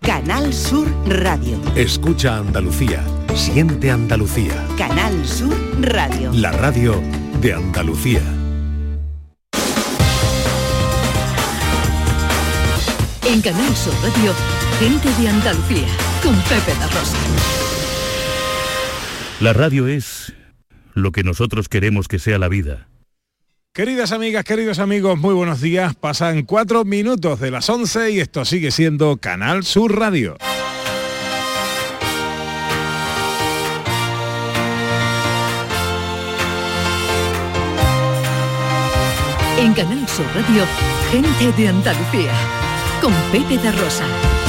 Canal Sur Radio. Escucha Andalucía, siente Andalucía. Canal Sur Radio. La radio de Andalucía. En Canal Sur Radio, gente de Andalucía, con Pepe da Rosa. La radio es lo que nosotros queremos que sea la vida. Queridas amigas, queridos amigos, muy buenos días. Pasan 4 minutos de las 11 y esto sigue siendo Canal Sur Radio. En Canal Sur Radio, gente de Andalucía, con Pepe da Rosa.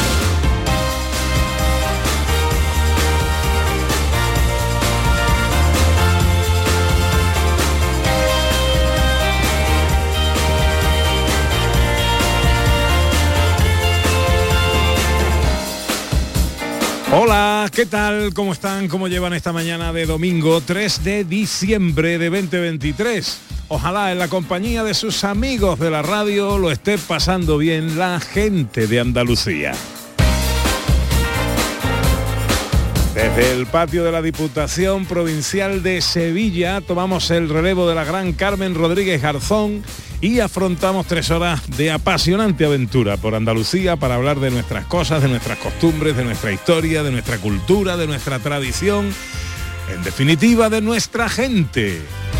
Hola, ¿qué tal? ¿Cómo están? ¿Cómo llevan esta mañana de domingo 3 de diciembre de 2023? Ojalá en la compañía de sus amigos de la radio lo esté pasando bien la gente de Andalucía. Desde el patio de la Diputación Provincial de Sevilla tomamos el relevo de la gran Carmen Rodríguez Garzón y afrontamos 3 horas de apasionante aventura por Andalucía para hablar de nuestras cosas, de nuestras costumbres, de nuestra historia, de nuestra cultura, de nuestra tradición, en definitiva de nuestra gente.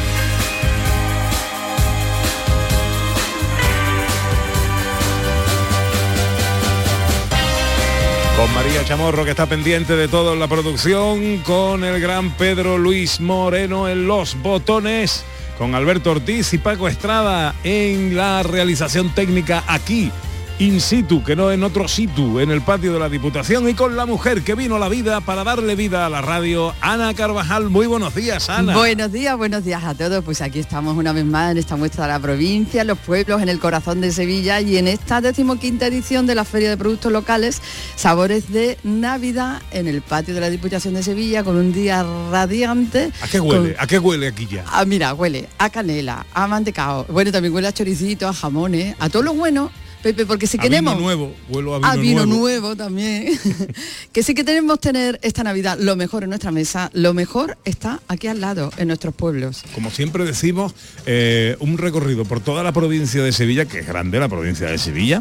Con María Chamorro, que está pendiente de todo en la producción, con el gran Pedro Luis Moreno en los botones, con Alberto Ortiz y Paco Estrada en la realización técnica aquí, in situ, que no en otro situ, en el patio de la Diputación, y con la mujer que vino a la vida para darle vida a la radio, Ana Carvajal. Muy buenos días, Ana. Buenos días a todos. Pues aquí estamos una vez más en esta muestra de la provincia, los pueblos, en el corazón de Sevilla, y en esta 15ª edición de la Feria de Productos Locales, Sabores de Navidad, en el patio de la Diputación de Sevilla, con un día radiante. ¿A qué huele? ¿A qué huele aquí ya? Mira, huele a canela, a mantecao, bueno, también huele a choricito, a jamones, a todo lo bueno, Pepe, porque si queremos... Vino nuevo, huelo a vino nuevo también. Que sí que tenemos tener esta Navidad lo mejor en nuestra mesa, lo mejor está aquí al lado, en nuestros pueblos. Como siempre decimos, un recorrido por toda la provincia de Sevilla, que es grande la provincia de Sevilla,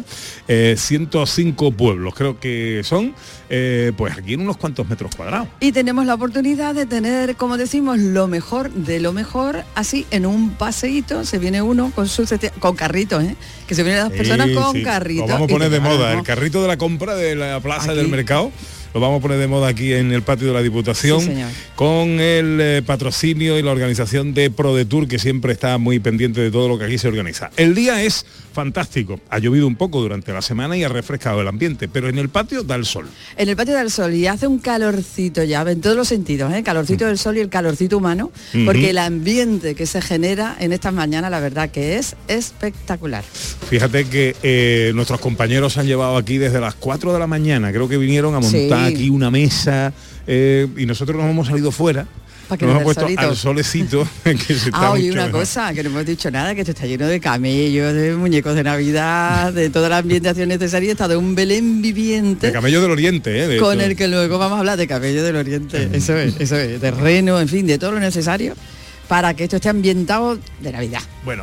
105 pueblos creo que son, pues aquí en unos cuantos metros cuadrados. Y tenemos la oportunidad de tener, como decimos, lo mejor de lo mejor, así en un paseíto. Se viene uno con carritos, que se vienen las personas con carritos. Lo vamos a poner de moda, el carrito de la compra de la plaza aquí del mercado. Lo vamos a poner de moda aquí en el patio de la Diputación, sí, con el patrocinio y la organización de ProDetour, que siempre está muy pendiente de todo lo que aquí se organiza. El día es fantástico, ha llovido un poco durante la semana y ha refrescado el ambiente, pero en el patio da el sol. En el patio da el sol y hace un calorcito ya, en todos los sentidos, calorcito del sol y el calorcito humano, porque el ambiente que se genera en estas mañanas, la verdad que es espectacular. Fíjate que nuestros compañeros han llevado aquí desde las 4 de la mañana, creo que vinieron a montar aquí una mesa, y nosotros nos hemos salido fuera. Nos hemos puesto al solecito. Que se está oye, una mejor. Cosa, que no hemos dicho nada, que esto está lleno de camellos, de muñecos de Navidad, de toda la ambientación necesaria, está de un Belén viviente. De camello del Oriente, con el que luego vamos a hablar de camello del Oriente, eso es, de reno, en fin, de todo lo necesario para que esto esté ambientado de Navidad. Bueno,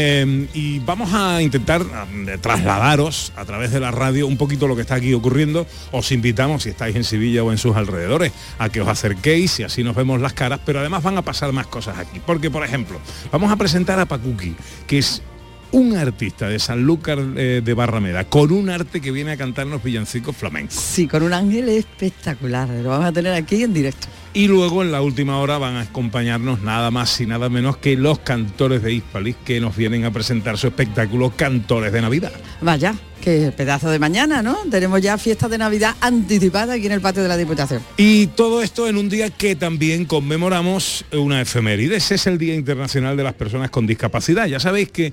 y vamos a intentar trasladaros a través de la radio un poquito lo que está aquí ocurriendo. Os invitamos, si estáis en Sevilla o en sus alrededores, a que os acerquéis y así nos vemos las caras, pero además van a pasar más cosas aquí. Porque, por ejemplo, vamos a presentar a Pacuqui, que es un artista de Sanlúcar de Barrameda, con un arte que viene a cantarnos villancicos flamencos. Sí, con un ángel espectacular, lo vamos a tener aquí en directo. Y luego en la última hora van a acompañarnos nada más y nada menos que los cantores de Hispalis, que nos vienen a presentar su espectáculo Cantores de Navidad. Vaya, qué pedazo de mañana, ¿no? Tenemos ya fiestas de Navidad anticipadas aquí en el patio de la Diputación. Y todo esto en un día que también conmemoramos una efeméride. Ese es el Día Internacional de las Personas con Discapacidad. Ya sabéis que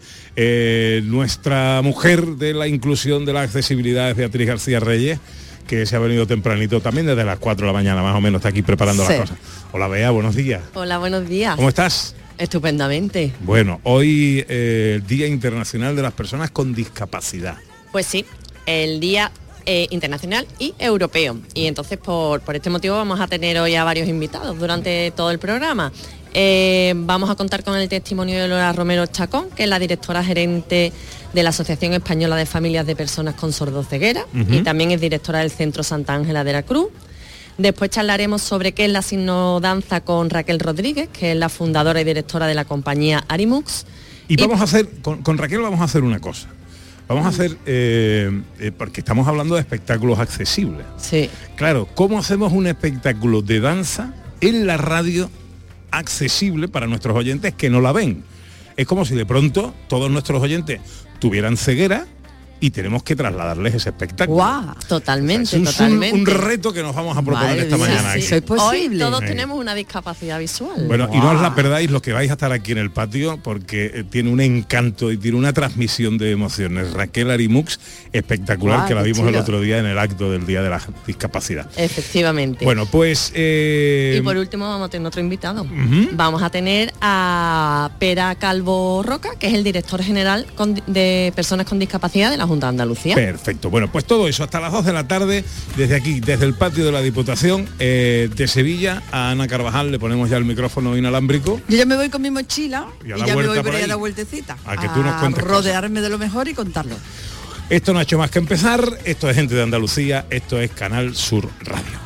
nuestra mujer de la inclusión, de la accesibilidad, es Beatriz García Reyes, que se ha venido tempranito también desde las 4 de la mañana más o menos, está aquí preparando las cosas. Hola Bea, buenos días. Hola, buenos días. ¿Cómo estás? Estupendamente. Bueno, hoy Día Internacional de las Personas con Discapacidad. Pues sí, el día internacional y europeo. Y entonces por este motivo vamos a tener hoy a varios invitados durante todo el programa. Vamos a contar con el testimonio de Lola Romero Chacón, que es la directora gerente de la Asociación Española de Familias de Personas con Sordoceguera, y también es directora del Centro Santa Ángela de la Cruz. Después charlaremos sobre qué es la signodanza con Raquel Rodríguez, que es la fundadora y directora de la compañía Arimux. Y vamos a hacer, con Raquel vamos a hacer una cosa. Vamos a hacer, porque estamos hablando de espectáculos accesibles. Sí. Claro, ¿cómo hacemos un espectáculo de danza en la radio accesible para nuestros oyentes que no la ven? Es como si de pronto todos nuestros oyentes tuvieran ceguera y tenemos que trasladarles ese espectáculo. ¡Guau! Totalmente, O sea, es un reto que nos vamos a proponer esta mañana aquí. ¿Es posible? Hoy todos tenemos una discapacidad visual. Bueno, y no os la perdáis los que vais a estar aquí en el patio, porque tiene un encanto y tiene una transmisión de emociones. Raquel Arimux, espectacular, que la vimos el otro día en el acto del Día de la Discapacidad. Efectivamente. Bueno, pues... Y por último vamos a tener otro invitado. Vamos a tener a Pera Calvo Roca, que es el director general de Personas con Discapacidad de la Junta de Andalucía. Perfecto. Bueno, pues todo eso hasta las 2 de la tarde, desde aquí, desde el patio de la Diputación de Sevilla. A Ana Carvajal le ponemos ya el micrófono inalámbrico. Yo ya me voy con mi mochila y ya me voy por ahí a dar vueltecita. A que tú nos cuentes rodearme cosas. de lo mejor y contarlo. Esto no ha hecho más que empezar. Esto es Gente de Andalucía. Esto es Canal Sur Radio.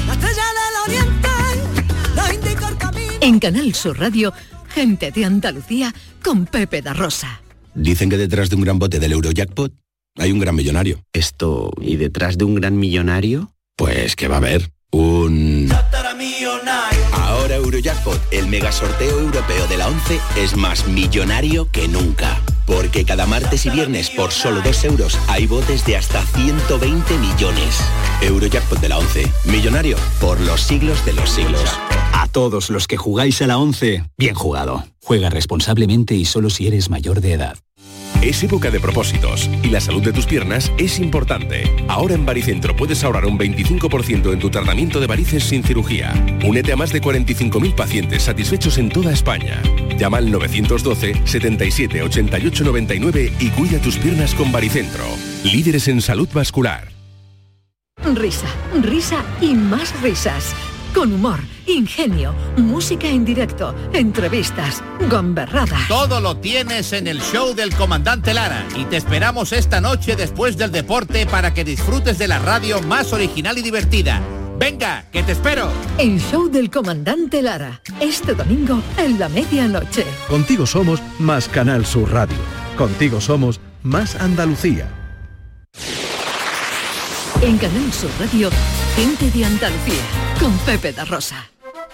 En Canal Sur Radio, Gente de Andalucía con Pepe da Rosa. Dicen que detrás de un gran bote del Eurojackpot hay un gran millonario. ¿Y detrás de un gran millonario? Pues que va a haber un... Ahora Eurojackpot, el mega sorteo europeo de la 11, es más millonario que nunca. Porque cada martes y viernes por solo 2 euros hay botes de hasta 120 millones. Eurojackpot de la 11, millonario por los siglos de los siglos. A todos los que jugáis a la 11, bien jugado. Juega responsablemente y solo si eres mayor de edad. Es época de propósitos y la salud de tus piernas es importante. Ahora en Baricentro puedes ahorrar un 25% en tu tratamiento de varices sin cirugía. Únete a más de 45.000 pacientes satisfechos en toda España. Llama al 912 77 88 99 y cuida tus piernas con Baricentro. Líderes en salud vascular. Risa, risa y más risas. Con humor, ingenio, música en directo, entrevistas, gamberrada. Todo lo tienes en el show del Comandante Lara y te esperamos esta noche después del deporte para que disfrutes de la radio más original y divertida. Venga, que te espero. El show del Comandante Lara, este domingo en la medianoche. Contigo somos más Canal Sur Radio. Contigo somos más Andalucía. En Canal Sur Radio, Gente de Andalucía, con Pepe da Rosa.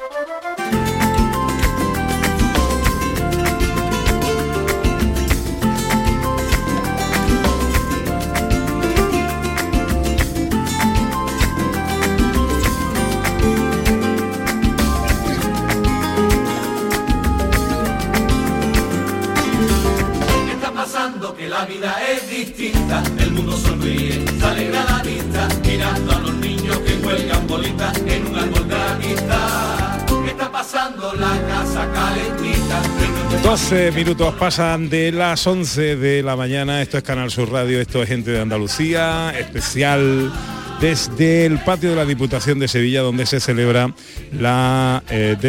¿Qué está pasando? Que la vida es distinta, el mundo sonríe, se alegra la vista, mirando a los niños que cuelgan bolitas en un árbol de amistad. ¿Qué está pasando? La casa calentita. 12 minutos pasan de las 11 de la mañana. Esto es Canal Sur Radio, esto es Gente de Andalucía, especial desde el patio de la Diputación de Sevilla, donde se celebra la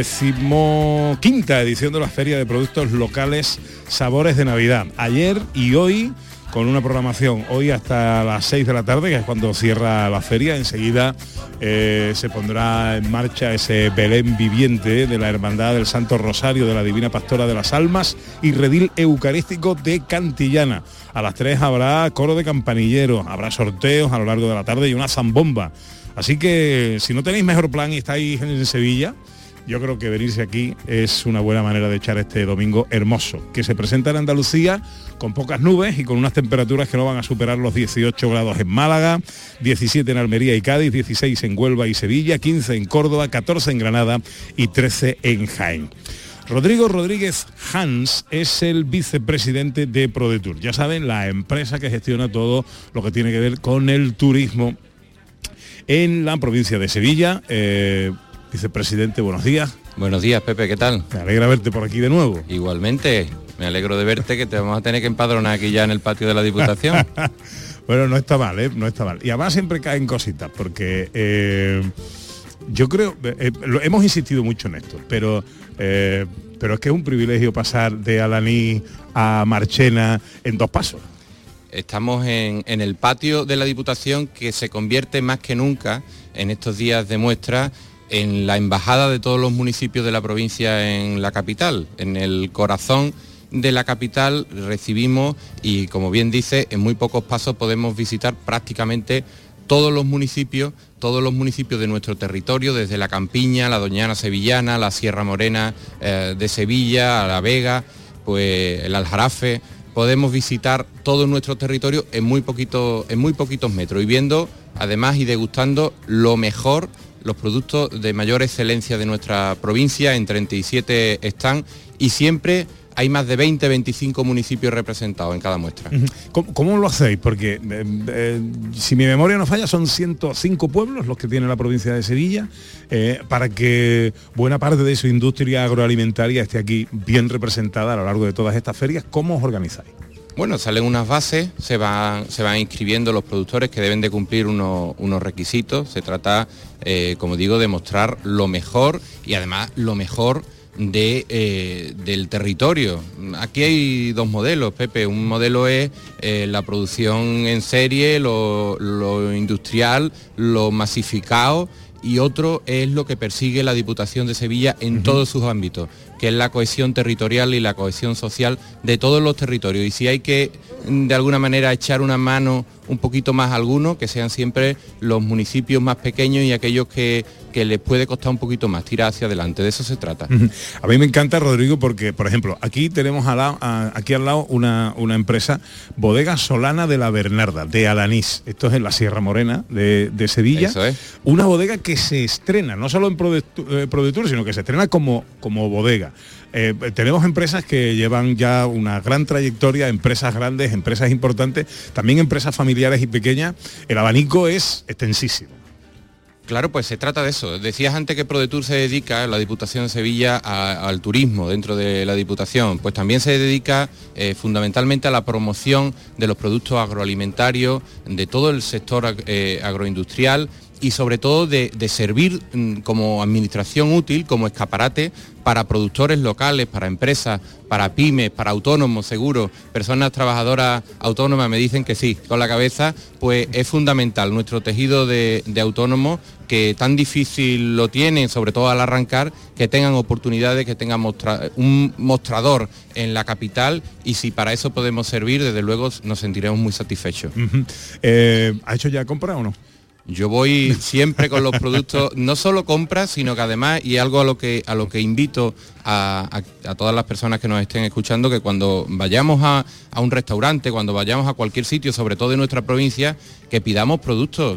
15ª edición de la Feria de Productos Locales Sabores de Navidad. Ayer y hoy, con una programación hoy hasta las 6 de la tarde, que es cuando cierra la feria. Enseguida se pondrá en marcha ese Belén viviente de la Hermandad del Santo Rosario de la Divina Pastora de las Almas y Redil Eucarístico de Cantillana. A las 3 habrá coro de campanilleros, habrá sorteos a lo largo de la tarde y una zambomba. Así que si no tenéis mejor plan y estáis en Sevilla, yo creo que venirse aquí es una buena manera de echar este domingo hermoso, que se presenta en Andalucía con pocas nubes y con unas temperaturas que no van a superar los 18 grados en Málaga, 17 en Almería y Cádiz, 16 en Huelva y Sevilla, 15 en Córdoba, 14 en Granada y 13 en Jaén. Rodrigo Rodríguez Hans es el vicepresidente de ProDetour. Ya saben, la empresa que gestiona todo lo que tiene que ver con el turismo en la provincia de Sevilla. Vicepresidente, buenos días. Buenos días, Pepe, ¿qué tal? Me alegra verte por aquí de nuevo. Igualmente, me alegro de verte, que te vamos a tener que empadronar aquí ya en el patio de la Diputación. Bueno, no está mal, no está mal. Y además siempre caen cositas, porque yo creo, hemos insistido mucho en esto, pero es que es un privilegio pasar de Alanís a Marchena en 2 pasos. Estamos en el patio de la Diputación, que se convierte más que nunca en estos días de muestra en la embajada de todos los municipios de la provincia en la capital. En el corazón de la capital recibimos, y como bien dice, en muy pocos pasos podemos visitar prácticamente todos los municipios de nuestro territorio, desde la Campiña, la Doñana Sevillana, la Sierra Morena de Sevilla, a la Vega, pues el Aljarafe. Podemos visitar todo nuestro territorio en muy poquitos metros, y viendo además y degustando lo mejor, los productos de mayor excelencia de nuestra provincia. En 37 están, y siempre hay más de 20-25 municipios representados en cada muestra. ¿Cómo lo hacéis? Porque si mi memoria no falla, son 105 pueblos los que tiene la provincia de Sevilla, para que buena parte de su industria agroalimentaria esté aquí bien representada a lo largo de todas estas ferias. ¿Cómo os organizáis? Bueno, salen unas bases, se van inscribiendo los productores, que deben de cumplir unos requisitos. Se trata, como digo, de mostrar lo mejor, y además lo mejor del territorio. Aquí hay 2 modelos, Pepe. Un modelo es la producción en serie, lo industrial, lo masificado, y otro es lo que persigue la Diputación de Sevilla en todos sus ámbitos, que es la cohesión territorial y la cohesión social de todos los territorios. Y si hay que, de alguna manera, echar una mano un poquito más a algunos, que sean siempre los municipios más pequeños y aquellos que les puede costar un poquito más tirar hacia adelante. De eso se trata. A mí me encanta, Rodrigo, porque, por ejemplo, aquí tenemos aquí al lado una empresa, Bodega Solana de la Bernarda, de Alanís. Esto es en la Sierra Morena de Sevilla. Eso es. Una bodega que se estrena, no solo en ProDetour, sino que se estrena como bodega. Tenemos empresas que llevan ya una gran trayectoria, empresas grandes, empresas importantes, también empresas familiares y pequeñas. El abanico es extensísimo. Claro, pues se trata de eso. Decías antes que ProDetour se dedica, la Diputación de Sevilla, al turismo dentro de la Diputación. Pues también se dedica fundamentalmente a la promoción de los productos agroalimentarios, de todo el sector agroindustrial, y sobre todo de servir como administración útil, como escaparate para productores locales, para empresas, para pymes, para autónomos, seguro, personas trabajadoras autónomas me dicen que sí, con la cabeza. Pues es fundamental nuestro tejido de autónomos, que tan difícil lo tienen, sobre todo al arrancar, que tengan oportunidades, que tengan un mostrador en la capital, y si para eso podemos servir, desde luego nos sentiremos muy satisfechos. ¿Ha hecho ya compra o no? Yo voy siempre con los productos, no solo compras, sino que además, y algo a lo que invito a todas las personas que nos estén escuchando, que cuando vayamos a un restaurante, cuando vayamos a cualquier sitio, sobre todo de nuestra provincia, que pidamos productos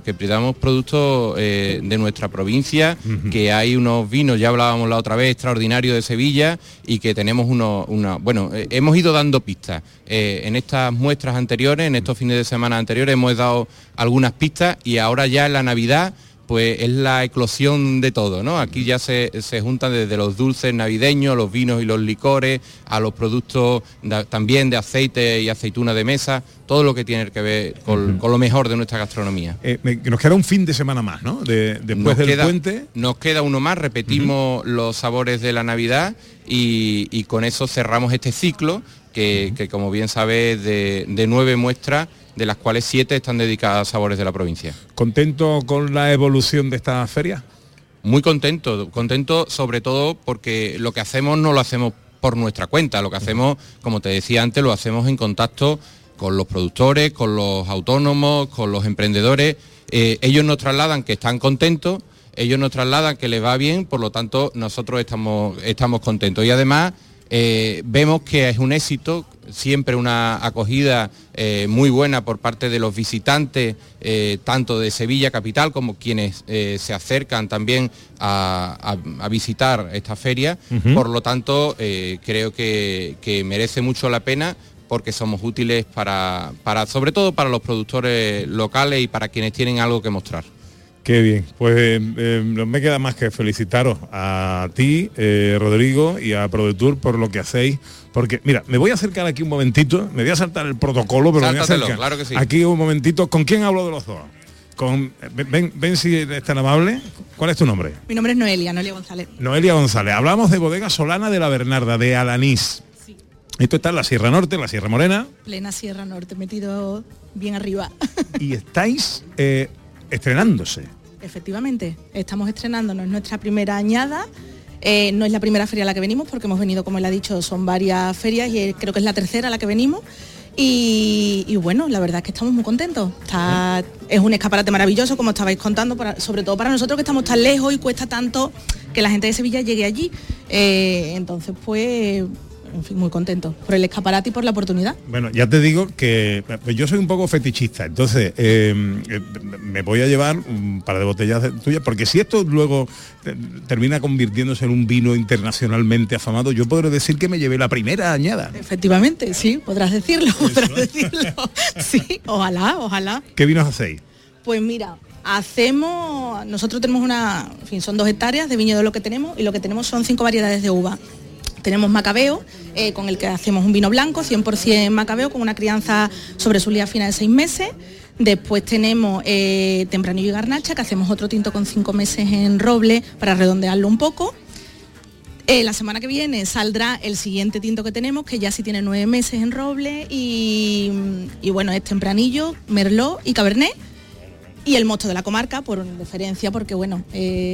de nuestra provincia, que hay unos vinos, ya hablábamos la otra vez, extraordinarios de Sevilla, y que tenemos hemos ido dando pistas. En estas muestras anteriores, en estos fines de semana anteriores, hemos dado algunas pistas, y ahora ya en la Navidad, pues es la eclosión de todo, ¿no? Aquí ya se juntan desde los dulces navideños, los vinos y los licores, a los productos también de aceite y aceituna de mesa, todo lo que tiene que ver con lo mejor de nuestra gastronomía. Nos queda un fin de semana más, ¿no? Después del puente. Nos queda uno más, repetimos los sabores de la Navidad, y con eso cerramos este ciclo, que como bien sabes, de 9 muestras, de las cuales 7 están dedicadas a sabores de la provincia. ¿Contento con la evolución de esta feria? Muy contento sobre todo porque lo que hacemos no lo hacemos por nuestra cuenta, lo que hacemos, como te decía antes, lo hacemos en contacto con los productores, con los autónomos, con los emprendedores. Ellos nos trasladan que están contentos, ellos nos trasladan que les va bien, por lo tanto nosotros estamos contentos, y además vemos que es un éxito, siempre una acogida muy buena por parte de los visitantes, tanto de Sevilla capital como quienes se acercan también a visitar esta feria. Por lo tanto, creo que merece mucho la pena, porque somos útiles sobre todo para los productores locales y para quienes tienen algo que mostrar. Qué bien, pues no me queda más que felicitaros a ti, Rodrigo, y a ProDetour por lo que hacéis, porque mira, me voy a acercar aquí un momentito, me voy a saltar el protocolo, pero me voy a acercar claro que sí. aquí un momentito. ¿Con quién hablo de los dos? Ven si eres tan amable. ¿Cuál es tu nombre? Mi nombre es Noelia González. Noelia González. Hablamos de Bodega Solana de la Bernarda, de Alanís. Sí. Esto está en la Sierra Norte, la Sierra Morena. Plena Sierra Norte, metido bien arriba. Y estáis estrenándose. Efectivamente, estamos estrenándonos nuestra primera añada. No es la primera feria a la que venimos, porque hemos venido, como él ha dicho, son varias ferias y creo que es la tercera a la que venimos. Y bueno, la verdad es que estamos muy contentos. Es un escaparate maravilloso, como estabais contando, sobre todo para nosotros que estamos tan lejos y cuesta tanto que la gente de Sevilla llegue allí. Entonces, pues, en fin, muy contentos por el escaparate y por la oportunidad. Bueno, ya te digo que yo soy un poco fetichista, entonces me voy a llevar un par de botellas tuyas, porque si esto luego termina convirtiéndose en un vino internacionalmente afamado, yo podré decir que me llevé la primera añada. Efectivamente, sí, podrás decirlo. Sí, ojalá. ¿Qué vinos hacéis? Pues mira, nosotros tenemos son 2 hectáreas de viñedo lo que tenemos, y lo que tenemos son 5 variedades de uva. Tenemos Macabeo, con el que hacemos un vino blanco, 100% Macabeo, con una crianza sobre solía fina de 6 meses. Después tenemos Tempranillo y Garnacha, que hacemos otro tinto con 5 meses en roble para redondearlo un poco. La semana que viene saldrá el siguiente tinto que tenemos, que ya sí tiene 9 meses en roble, y bueno, es Tempranillo, Merlot y Cabernet. Y el mosto de la comarca, por deferencia, porque bueno,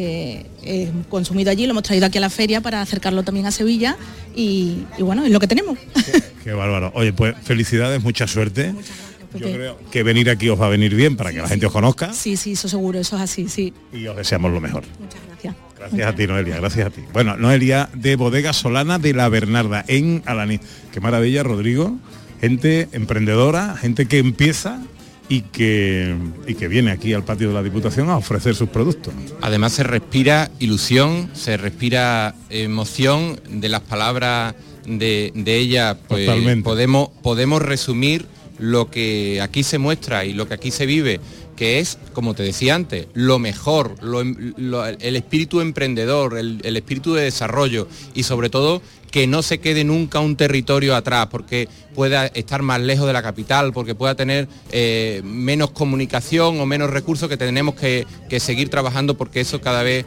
consumido allí, lo hemos traído aquí a la feria para acercarlo también a Sevilla y bueno, es lo que tenemos. Qué bárbaro. Oye, pues felicidades, mucha suerte. Yo creo que venir aquí os va a venir bien para que la gente os conozca. Sí, eso seguro, eso es así, sí. Y os deseamos lo mejor. Muchas gracias. Gracias a ti, Noelia, gracias a ti. Bueno, Noelia de Bodega Solana de la Bernarda, en Alanís. Qué maravilla, Rodrigo. Gente emprendedora, gente que empieza y que viene aquí al patio de la Diputación a ofrecer sus productos. Además se respira ilusión, se respira emoción de las palabras de ella, pues podemos resumir lo que aquí se muestra y lo que aquí se vive, que es, como te decía antes, lo mejor, el espíritu emprendedor, el espíritu de desarrollo y sobre todo que no se quede nunca un territorio atrás, porque pueda estar más lejos de la capital, porque pueda tener menos comunicación o menos recursos, que tenemos que seguir trabajando porque eso cada vez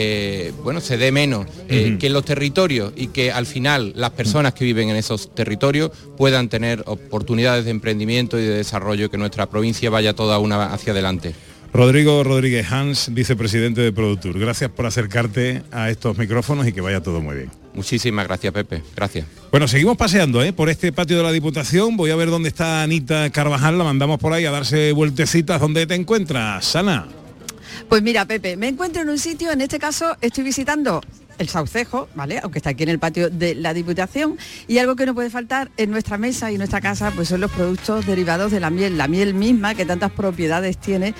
se dé menos, que los territorios y que al final las personas que viven en esos territorios puedan tener oportunidades de emprendimiento y de desarrollo, que nuestra provincia vaya toda una hacia adelante. Rodrigo Rodríguez Hans, vicepresidente de ProDetour, gracias por acercarte a estos micrófonos y que vaya todo muy bien. Muchísimas gracias, Pepe. Gracias. Bueno, seguimos paseando por este patio de la Diputación. Voy a ver dónde está Anita Carvajal, la mandamos por ahí a darse vueltecitas. ¿Dónde te encuentras, Ana? Pues mira, Pepe, me encuentro en un sitio, en este caso estoy visitando el Saucejo, ¿vale? Aunque está aquí en el patio de la Diputación, y algo que no puede faltar en nuestra mesa y en nuestra casa, pues son los productos derivados de la miel misma, que tantas propiedades tiene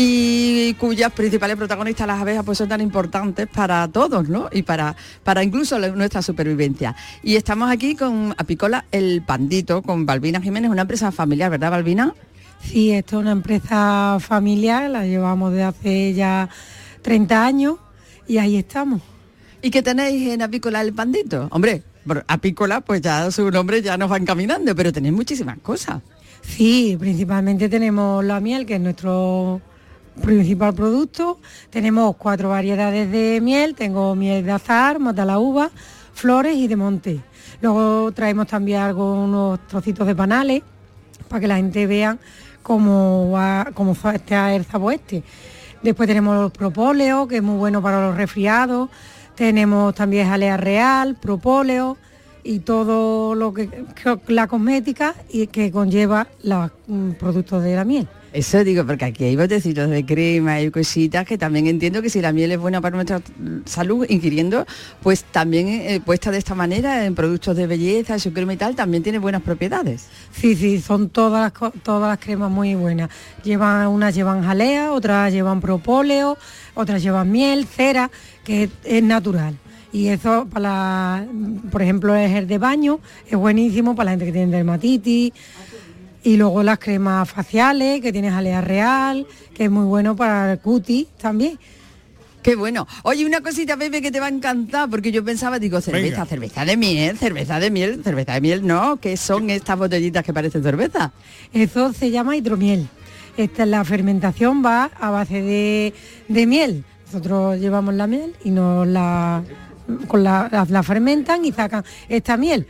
y cuyas principales protagonistas, las abejas, pues son tan importantes para todos, ¿no? Y para incluso nuestra supervivencia. Y estamos aquí con Apicola El Pandito, con Balbina Jiménez, una empresa familiar, ¿verdad, Balbina? Sí, esto es una empresa familiar, la llevamos desde hace ya 30 años y ahí estamos. ¿Y qué tenéis en Apícola El Pandito? Hombre, Apícola, pues ya su nombre ya nos va encaminando, pero tenéis muchísimas cosas. Sí, principalmente tenemos la miel, que es nuestro principal producto. Tenemos 4 variedades de miel, tengo miel de azahar, mota la uva, flores y de monte. Luego traemos también unos trocitos de panales, para que la gente vea cómo está el sabor este. Después tenemos los propóleos, que es muy bueno para los resfriados. Tenemos también jalea real, propóleo y todo lo que la cosmética y que conlleva los productos de la miel. Eso digo, porque aquí hay botecitos de crema y cositas que también entiendo que si la miel es buena para nuestra salud, ingiriendo, pues también puesta de esta manera en productos de belleza, su crema y tal, también tiene buenas propiedades. Sí, son todas las cremas muy buenas. Unas llevan jalea, otras llevan propóleo, otras llevan miel, cera, que es natural. Y eso, por ejemplo, el gel de baño es buenísimo para la gente que tiene dermatitis. Y luego las cremas faciales, que tienes jalea real, que es muy bueno para el cutis también. Qué bueno. Oye, una cosita, Pepe, que te va a encantar, porque yo pensaba, digo, cerveza de miel, ¿no? ¿Qué son estas botellitas que parecen cerveza? Eso se llama hidromiel. La fermentación va a base de miel. Nosotros llevamos la miel y la fermentan y sacan esta miel,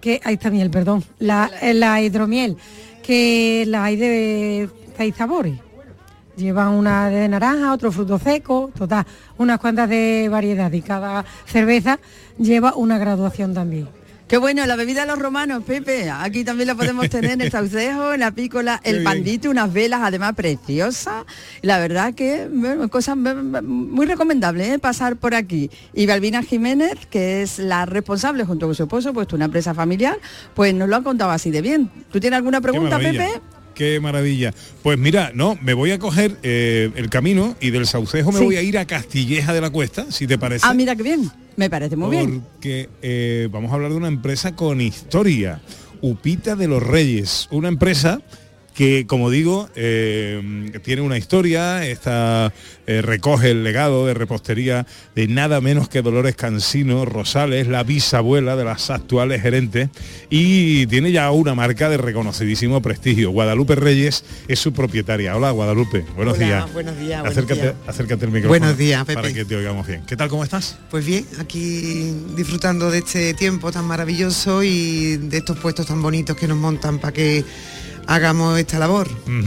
la hidromiel, que la hay de 6 sabores. Llevan una de naranja, otro fruto seco, total, unas cuantas de variedad, y cada cerveza lleva una graduación también. Qué bueno, la bebida de los romanos, Pepe. Aquí también la podemos tener en el Saucejo, en la Pícola, el pandito, unas velas además preciosas. La verdad que cosas muy recomendables, pasar por aquí. Y Balbina Jiménez, que es la responsable junto con su esposo, puesto una empresa familiar, pues nos lo han contado así de bien. ¿Tú tienes alguna pregunta, Pepe? Qué maravilla. Pues mira, me voy a coger el camino y del Saucejo me voy a ir a Castilleja de la Cuesta, si te parece. Ah, mira qué bien. Me parece muy bien. Porque vamos a hablar de una empresa con historia, Upita de los Reyes, una empresa que, como digo, tiene una historia, recoge el legado de repostería de nada menos que Dolores Cansino Rosales, la bisabuela de las actuales gerentes, y tiene ya una marca de reconocidísimo prestigio. Guadalupe Reyes es su propietaria. Hola, Guadalupe, buenos días. Buenos días. Acércate al micrófono. Buenos días, Pepe. Para que te oigamos bien. ¿Qué tal, cómo estás? Pues bien, aquí disfrutando de este tiempo tan maravilloso y de estos puestos tan bonitos que nos montan para que hagamos esta labor.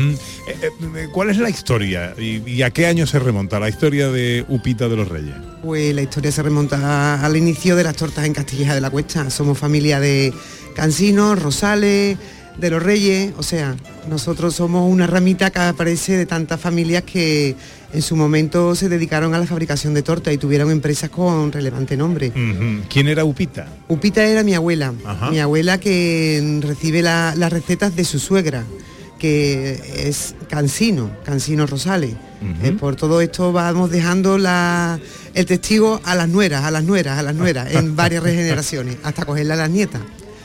¿Cuál es la historia y a qué año se remonta la historia de Upita de los Reyes? Pues la historia se remonta al inicio de las tortas en Castilleja de la Cuesta. Somos familia de Cansinos, Rosales, de los Reyes, o sea, nosotros somos una ramita que aparece de tantas familias que en su momento se dedicaron a la fabricación de tortas y tuvieron empresas con relevante nombre. ¿Quién era Upita? Upita era mi abuela, que recibe las recetas de su suegra, que es Cansino Rosales. Por todo esto vamos dejando el testigo a las nueras, en varias regeneraciones, hasta cogerla a las nietas.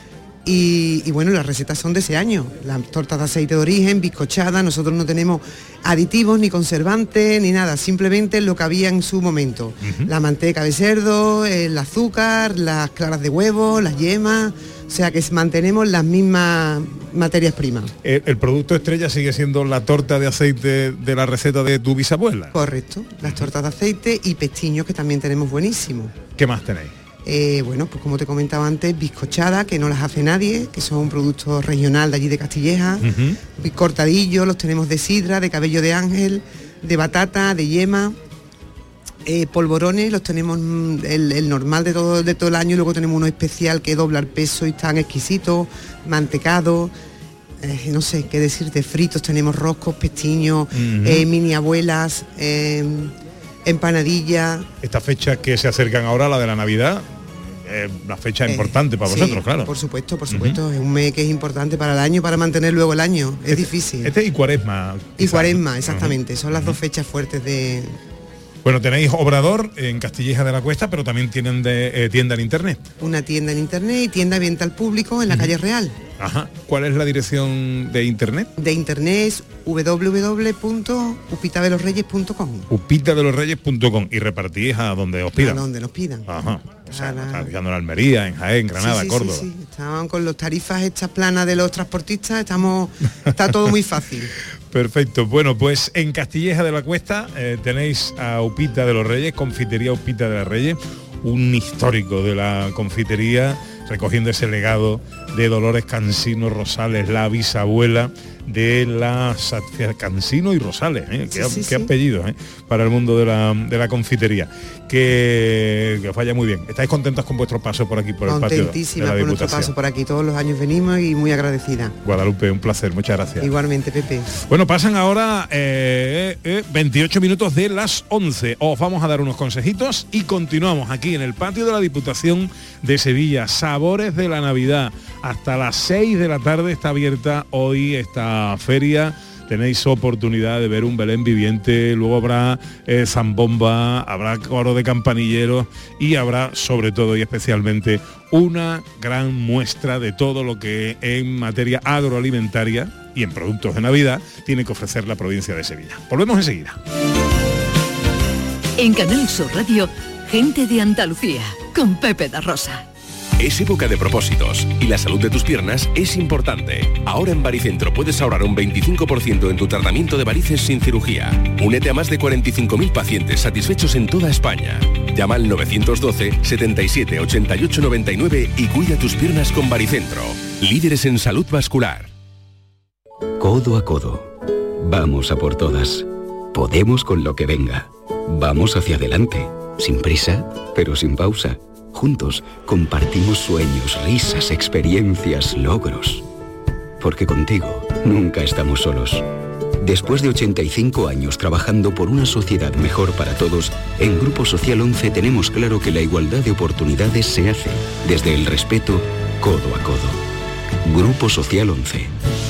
Y bueno, las recetas son de ese año, las tortas de aceite de origen, bizcochadas, nosotros no tenemos aditivos ni conservantes ni nada, simplemente lo que había en su momento. La manteca de cerdo, el azúcar, las claras de huevo, las yemas, o sea que mantenemos las mismas materias primas. ¿El producto estrella sigue siendo la torta de aceite de la receta de tu bisabuela? Correcto, las tortas de aceite y pestiños que también tenemos buenísimos. ¿Qué más tenéis? Bueno, pues como te comentaba antes, bizcochadas, que no las hace nadie, que son un producto regional de allí de Castilleja, cortadillos, los tenemos de sidra, de cabello de ángel, de batata, de yema, polvorones, los tenemos el normal de todo el año, y luego tenemos uno especial que dobla el peso y están exquisitos, mantecados. No sé qué decirte, fritos, tenemos roscos, pestiños, mini abuelas, empanadilla. Esta fecha que se acercan ahora, la de la Navidad, una fecha importante para vosotros, claro. Por supuesto, es un mes que es importante para el año, para mantener luego el año, es difícil. Y Cuaresma. Y Cuaresma, exactamente, son las dos fechas fuertes de... Bueno, tenéis obrador en Castilleja de la Cuesta, pero también tienen tienda en internet. Una tienda en internet y tienda abierta al público en la calle Real. ¿Cuál es la dirección de internet? De internet es www.upitadelosreyes.com. upitadelosreyes.com. Y repartís a donde os pidan. A donde nos pidan. O sea, están fijando en Almería, en Jaén, Granada, Córdoba. Sí. Estaban con los tarifas estas planas de los transportistas, está todo muy fácil. Perfecto. Bueno, pues en Castilleja de la Cuesta tenéis a Upita de los Reyes, confitería Upita de los Reyes, un histórico de la confitería, recogiendo ese legado de Dolores Cansino Rosales, la bisabuela de las Cansino y Rosales, qué apellido para el mundo de la confitería, que os vaya muy bien. ¿Estáis contentos con vuestro paso por aquí, por el patio de la Diputación? Con nuestro paso por aquí, todos los años venimos y muy agradecida. Guadalupe, un placer, muchas gracias. Igualmente, Pepe. Bueno, pasan ahora 28 minutos de las 11. Os vamos a dar unos consejitos y continuamos aquí en el patio de la Diputación de Sevilla. Sabores de la Navidad. Hasta las 6 de la tarde está abierta hoy esta feria tenéis oportunidad de ver un Belén viviente, luego habrá zambomba, habrá coro de campanilleros y habrá sobre todo y especialmente una gran muestra de todo lo que en materia agroalimentaria y en productos de Navidad tiene que ofrecer la provincia de Sevilla. Volvemos enseguida. En Canal Sur Radio, Gente de Andalucía, con Pepe da Rosa. Es época de propósitos y la salud de tus piernas es importante. Ahora en Baricentro puedes ahorrar un 25% en tu tratamiento de varices sin cirugía. Únete a más de 45.000 pacientes satisfechos en toda España. Llama al 912 77 88 99 y cuida tus piernas con Baricentro. Líderes en salud vascular. Codo a codo. Vamos a por todas. Podemos con lo que venga. Vamos hacia adelante. Sin prisa, pero sin pausa. Juntos compartimos sueños, risas, experiencias, logros. Porque contigo nunca estamos solos. Después de 85 años trabajando por una sociedad mejor para todos, en Grupo Social 11 tenemos claro que la igualdad de oportunidades se hace desde el respeto, codo a codo. Grupo Social 11.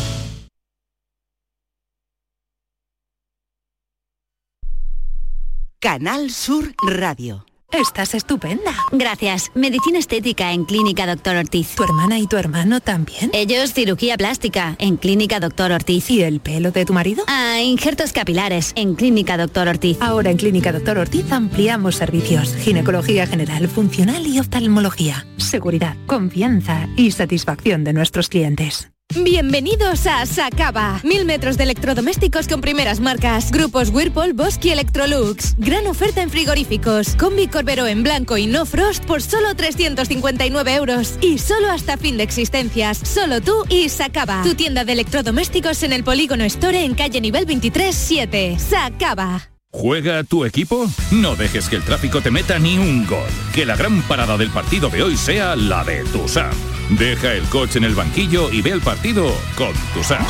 Canal Sur Radio. Estás estupenda. Gracias. Medicina estética en Clínica Doctor Ortiz. ¿Tu hermana y tu hermano también? Ellos cirugía plástica en Clínica Doctor Ortiz. ¿Y el pelo de tu marido? Injertos capilares en Clínica Doctor Ortiz. Ahora en Clínica Doctor Ortiz ampliamos servicios. Ginecología general, funcional y oftalmología. Seguridad, confianza y satisfacción de nuestros clientes. Bienvenidos a Sacaba. 1000 metros de electrodomésticos con primeras marcas. Grupos Whirlpool, Bosch y Electrolux. Gran oferta en frigoríficos. Combi Corbero en blanco y no frost por solo 359 euros. Y solo hasta fin de existencias. Solo tú y Sacaba. Tu tienda de electrodomésticos en el Polígono Store en calle nivel 23, 7. Sacaba. ¿Juega tu equipo? No dejes que el tráfico te meta ni un gol. Que la gran parada del partido de hoy sea la de Tusam. Deja el coche en el banquillo y ve el partido con Tusam.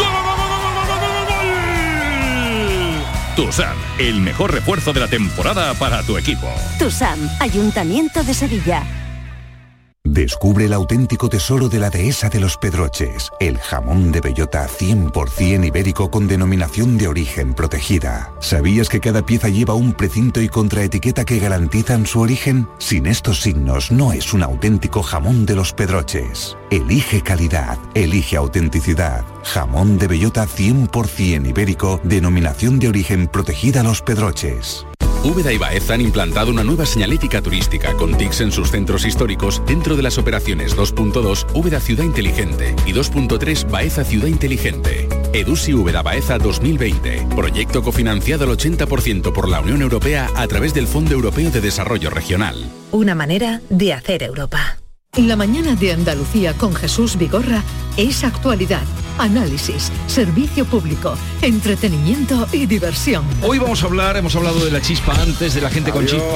Tusam, el mejor refuerzo de la temporada para tu equipo. Tusam, Ayuntamiento de Sevilla. Descubre el auténtico tesoro de la dehesa de los Pedroches, el jamón de bellota 100% ibérico con denominación de origen protegida. ¿Sabías que cada pieza lleva un precinto y contraetiqueta que garantizan su origen? Sin estos signos no es un auténtico jamón de los Pedroches. Elige calidad, elige autenticidad. Jamón de bellota 100% ibérico, denominación de origen protegida Los Pedroches. Úbeda y Baeza han implantado una nueva señalética turística con TICs en sus centros históricos dentro de las operaciones 2.2 Úbeda Ciudad Inteligente y 2.3 Baeza Ciudad Inteligente. EDUSI Úbeda Baeza 2020. Proyecto cofinanciado al 80% por la Unión Europea a través del Fondo Europeo de Desarrollo Regional. Una manera de hacer Europa. La mañana de Andalucía con Jesús Vigorra es actualidad, análisis, servicio público, entretenimiento y diversión. Hoy hemos hablado de la chispa antes, de la gente con chispa.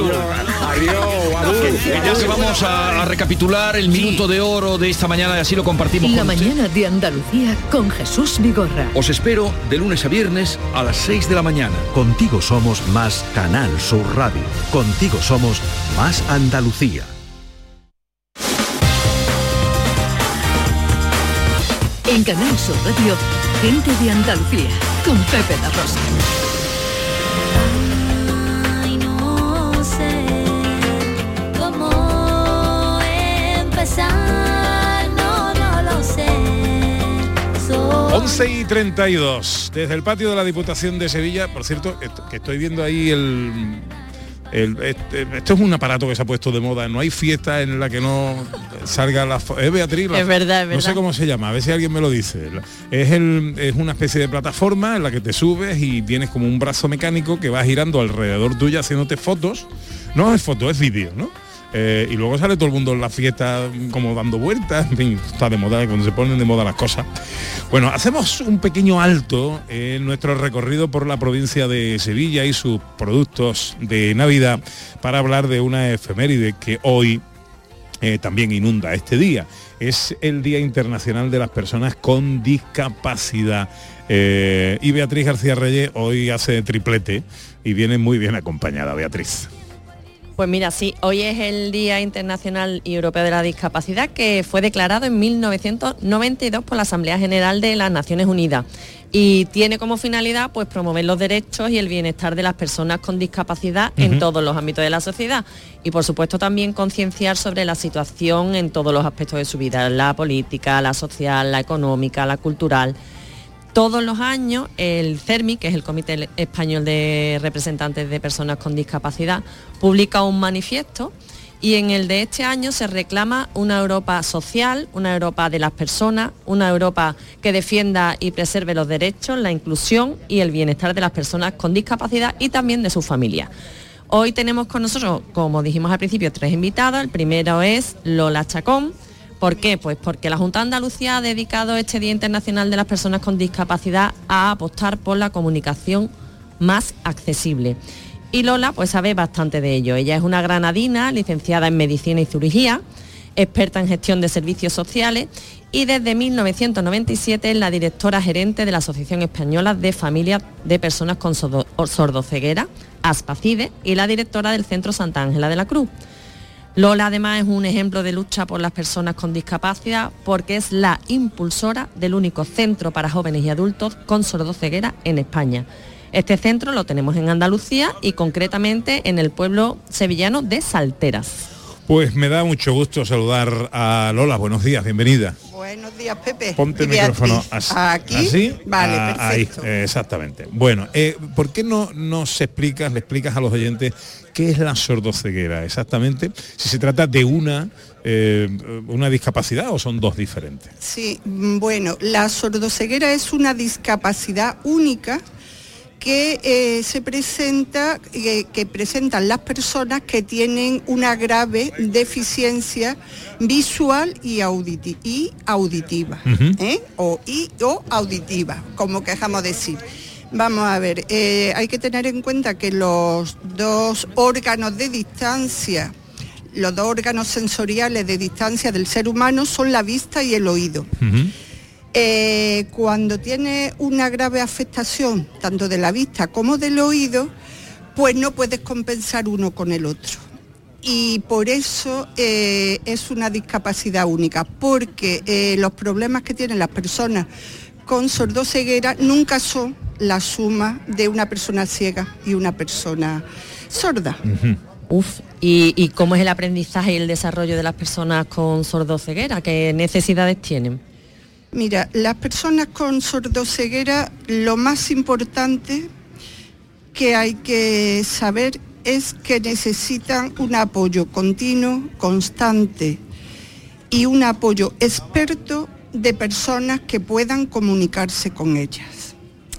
Que ya se vamos a recapitular el minuto de oro de esta mañana y así lo compartimos La con mañana de Andalucía con Jesús Vigorra. Os espero de lunes a viernes a las 6 de la mañana. Contigo somos más Canal Sur Radio. Contigo somos más Andalucía. En Canal Sur Radio, Gente de Andalucía, con Pepe da Rosa. Ay, no sé cómo empezar, no lo sé. 11:32, desde el patio de la Diputación de Sevilla, por cierto, que estoy viendo ahí esto es un aparato que se ha puesto de moda. No hay fiesta en la que no salga la Beatriz. Es verdad. No sé cómo se llama, a ver si alguien me lo dice. Es una especie de plataforma en la que te subes y tienes como un brazo mecánico que va girando alrededor tuya haciéndote fotos. No es foto, es vídeo, ¿no? Y luego sale todo el mundo en la fiesta como dando vueltas. En fin, está de moda, cuando se ponen de moda las cosas. Bueno, hacemos un pequeño alto en nuestro recorrido por la provincia de Sevilla y sus productos de Navidad para hablar de una efeméride que hoy también inunda este día. Es el Día Internacional de las Personas con Discapacidad. Y Beatriz García Reyes hoy hace triplete y viene muy bien acompañada, Beatriz. Pues mira, sí, hoy es el Día Internacional y Europeo de la Discapacidad, que fue declarado en 1992 por la Asamblea General de las Naciones Unidas y tiene como finalidad pues promover los derechos y el bienestar de las personas con discapacidad en todos los ámbitos de la sociedad y por supuesto también concienciar sobre la situación en todos los aspectos de su vida, la política, la social, la económica, la cultural. Todos los años el CERMI, que es el Comité Español de Representantes de Personas con Discapacidad, publica un manifiesto y en el de este año se reclama una Europa social, una Europa de las personas, una Europa que defienda y preserve los derechos, la inclusión y el bienestar de las personas con discapacidad y también de sus familias. Hoy tenemos con nosotros, como dijimos al principio, 3 invitados. El primero es Lola Chacón. ¿Por qué? Pues porque la Junta de Andalucía ha dedicado este Día Internacional de las Personas con Discapacidad a apostar por la comunicación más accesible. Y Lola pues sabe bastante de ello. Ella es una granadina, licenciada en Medicina y Cirugía, experta en gestión de servicios sociales y desde 1997 es la directora gerente de la Asociación Española de Familias de Personas con Sordoceguera, ASPACIDE, y la directora del Centro Santa Ángela de la Cruz. Lola además es un ejemplo de lucha por las personas con discapacidad porque es la impulsora del único centro para jóvenes y adultos con sordoceguera en España. Este centro lo tenemos en Andalucía y concretamente en el pueblo sevillano de Salteras. Pues me da mucho gusto saludar a Lola. Buenos días, bienvenida. Buenos días, Pepe. Ponte el micrófono así. ¿Aquí? ¿Así? Vale, perfecto. Ahí, exactamente. Bueno, ¿por qué no le explicas a los oyentes qué es la sordoceguera exactamente? Si se trata de una discapacidad o son dos diferentes. Sí, bueno, la sordoceguera es una discapacidad única que que presentan las personas que tienen una grave deficiencia visual y auditiva, o auditiva, como quejamos decir. Vamos a ver, hay que tener en cuenta que los dos órganos de distancia, los dos órganos sensoriales de distancia del ser humano son la vista y el oído. Cuando tiene una grave afectación tanto de la vista como del oído, pues no puedes compensar uno con el otro. Y por eso es una discapacidad única, porque los problemas que tienen las personas con sordoceguera nunca son la suma de una persona ciega y una persona sorda. ¿Y cómo es el aprendizaje y el desarrollo de las personas con sordoceguera? ¿Qué necesidades tienen? Mira, las personas con sordoceguera, lo más importante que hay que saber es que necesitan un apoyo continuo, constante y un apoyo experto de personas que puedan comunicarse con ellas.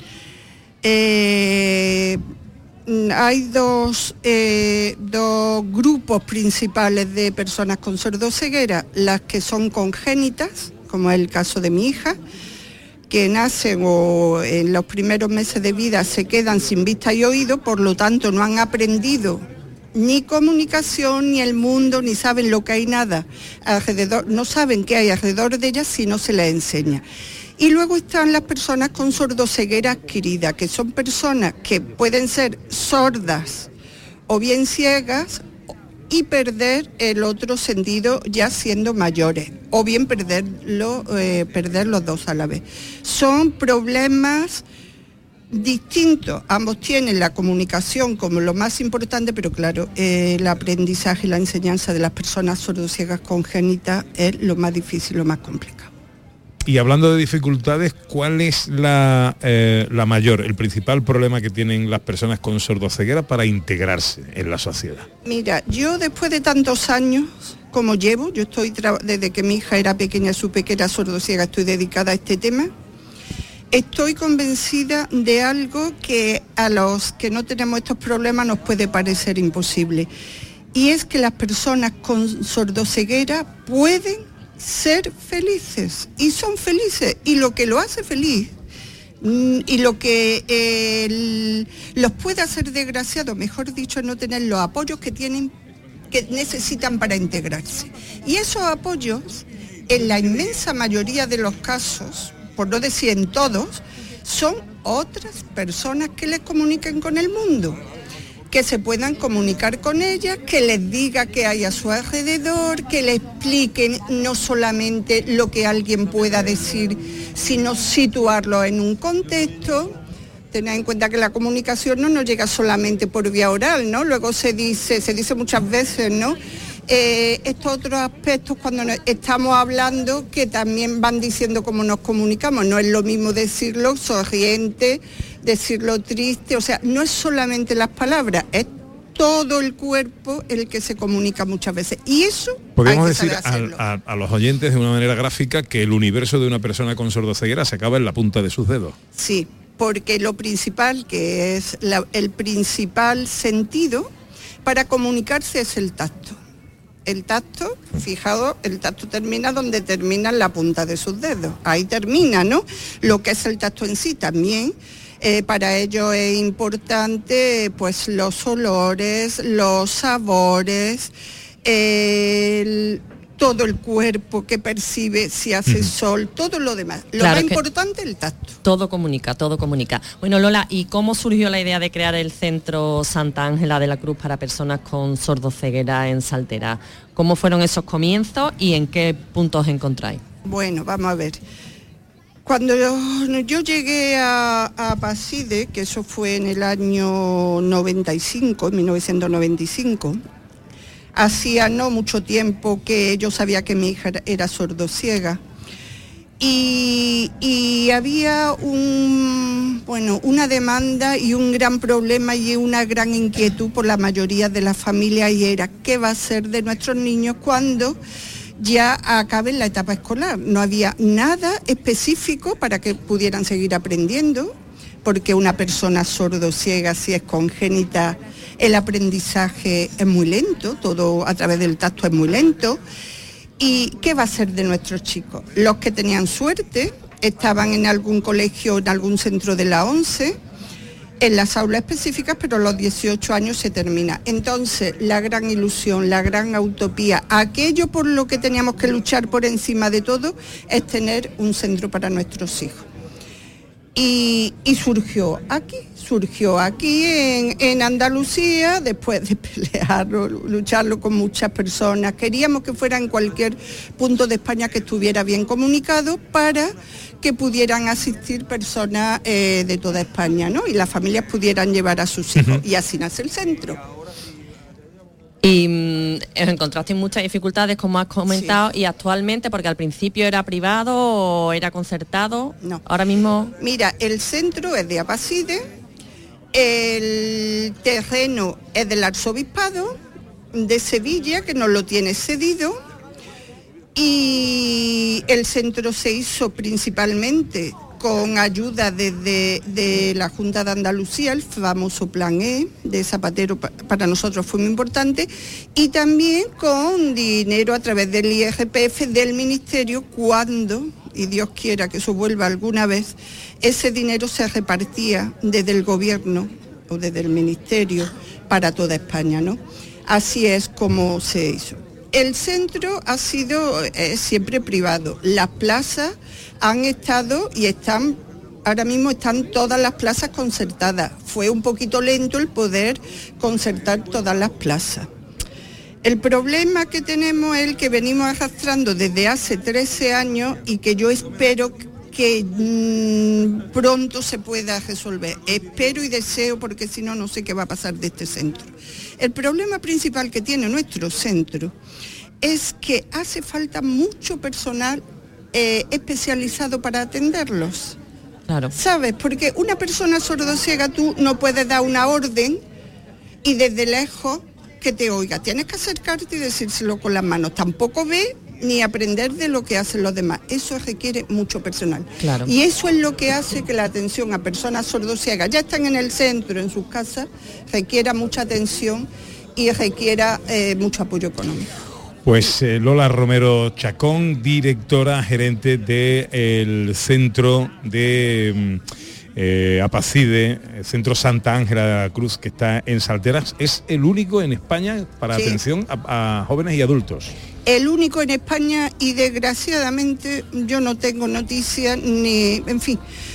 Hay dos grupos principales de personas con sordoceguera, las que son congénitas, como es el caso de mi hija, que nacen o en los primeros meses de vida se quedan sin vista y oído, por lo tanto no han aprendido ni comunicación, ni el mundo, ni saben lo que hay nada alrededor, no saben qué hay alrededor de ellas si no se les enseña. Y luego están las personas con sordoceguera adquirida, que son personas que pueden ser sordas o bien ciegas y perder el otro sentido ya siendo mayores, o bien perder los dos a la vez. Son problemas distintos, ambos tienen la comunicación como lo más importante, pero claro, el aprendizaje y la enseñanza de las personas sordociegas congénitas es lo más difícil, lo más complicado. Y hablando de dificultades, ¿cuál es la mayor, el principal problema que tienen las personas con sordoceguera para integrarse en la sociedad? Mira, yo después de tantos años como llevo, yo estoy desde que mi hija era pequeña, supe que era sordociega, estoy dedicada a este tema. Estoy convencida de algo que a los que no tenemos estos problemas nos puede parecer imposible. Y es que las personas con sordoceguera pueden ser felices y son felices, y lo que lo hace feliz y lo que los puede hacer desgraciados, mejor dicho, es no tener los apoyos que necesitan para integrarse. Y esos apoyos, en la inmensa mayoría de los casos, por no decir en todos, son otras personas que les comuniquen con el mundo. que se puedan comunicar con ella, que les diga qué hay a su alrededor, que le expliquen no solamente lo que alguien pueda decir, sino situarlo en un contexto. Tened en cuenta que la comunicación no nos llega solamente por vía oral, ¿no? Luego se dice muchas veces, ¿no? Estos otros aspectos cuando estamos hablando que también van diciendo cómo nos comunicamos. No es lo mismo decirlo sonriente, decirlo triste, o sea, no es solamente las palabras, es todo el cuerpo el que se comunica muchas veces. Y eso podemos hay que decir saber hacerlo. a los oyentes de una manera gráfica que el universo de una persona con sordoceguera se acaba en la punta de sus dedos. Sí, porque lo principal, que es el principal sentido para comunicarse, es el tacto. El tacto, fijaos, el tacto termina donde termina la punta de sus dedos. Ahí termina, ¿no? Lo que es el tacto en sí también. Para ello es importante pues los olores, los sabores, todo el cuerpo que percibe si hace sol, todo lo demás. Lo Claro más que importante es el tacto. Todo comunica, todo comunica. Bueno, Lola, ¿y cómo surgió la idea de crear el Centro Santa Ángela de la Cruz para personas con sordoceguera en Saltera? ¿Cómo fueron esos comienzos y en qué puntos os encontráis? Bueno, vamos a ver. Cuando yo llegué a Paside, que eso fue en el año 95, en 1995, hacía no mucho tiempo que yo sabía que mi hija era sordociega y había una demanda y un gran problema y una gran inquietud por la mayoría de las familias, y era qué va a ser de nuestros niños cuando ya acaben la etapa escolar. No había nada específico para que pudieran seguir aprendiendo, porque una persona sordociega, si es congénita, el aprendizaje es muy lento, todo a través del tacto es muy lento. ¿Y qué va a ser de nuestros chicos? Los que tenían suerte estaban en algún colegio, en algún centro de la ONCE, en las aulas específicas, pero a los 18 años se termina. Entonces, la gran ilusión, la gran utopía, aquello por lo que teníamos que luchar por encima de todo, es tener un centro para nuestros hijos. Y surgió aquí en Andalucía, después de pelearlo, lucharlo con muchas personas. Queríamos que fuera en cualquier punto de España que estuviera bien comunicado para que pudieran asistir personas de toda España, ¿no? Y las familias pudieran llevar a sus hijos. Y así nace el centro. Y os encontrasteis muchas dificultades, como has comentado, sí. Y actualmente, porque al principio era privado o era concertado, no. Ahora mismo... Mira, el centro es de Apaside, el terreno es del Arzobispado de Sevilla, que nos lo tiene cedido, y el centro se hizo principalmente con ayuda de la Junta de Andalucía, el famoso Plan E de Zapatero para nosotros fue muy importante, y también con dinero a través del IRPF del Ministerio, cuando, y Dios quiera que eso vuelva alguna vez, ese dinero se repartía desde el Gobierno o desde el Ministerio para toda España, ¿no? Así es como se hizo. El centro ha sido siempre privado. Las plazas han estado y están, ahora mismo están todas las plazas concertadas. Fue un poquito lento el poder concertar todas las plazas. El problema que tenemos es el que venimos arrastrando desde hace 13 años y que yo espero que pronto se pueda resolver. Espero y deseo, porque si no, no sé qué va a pasar de este centro. El problema principal que tiene nuestro centro es que hace falta mucho personal especializado para atenderlos. Claro. ¿Sabes? Porque una persona sordociega tú no puedes dar una orden y desde lejos que te oiga. Tienes que acercarte y decírselo con las manos. Tampoco ve ni aprender de lo que hacen los demás. Eso requiere mucho personal. Claro. Y eso es lo que hace que la atención a personas sordociegas, ya están en el centro, en sus casas, requiera mucha atención y requiera mucho apoyo económico. Pues Lola Romero Chacón, directora gerente del centro de Apaside, el Centro Santa Ángela de la Cruz, que está en Salteras. Es el único en España para atención a jóvenes y adultos. El único en España, y desgraciadamente yo no tengo noticias ni, en fin,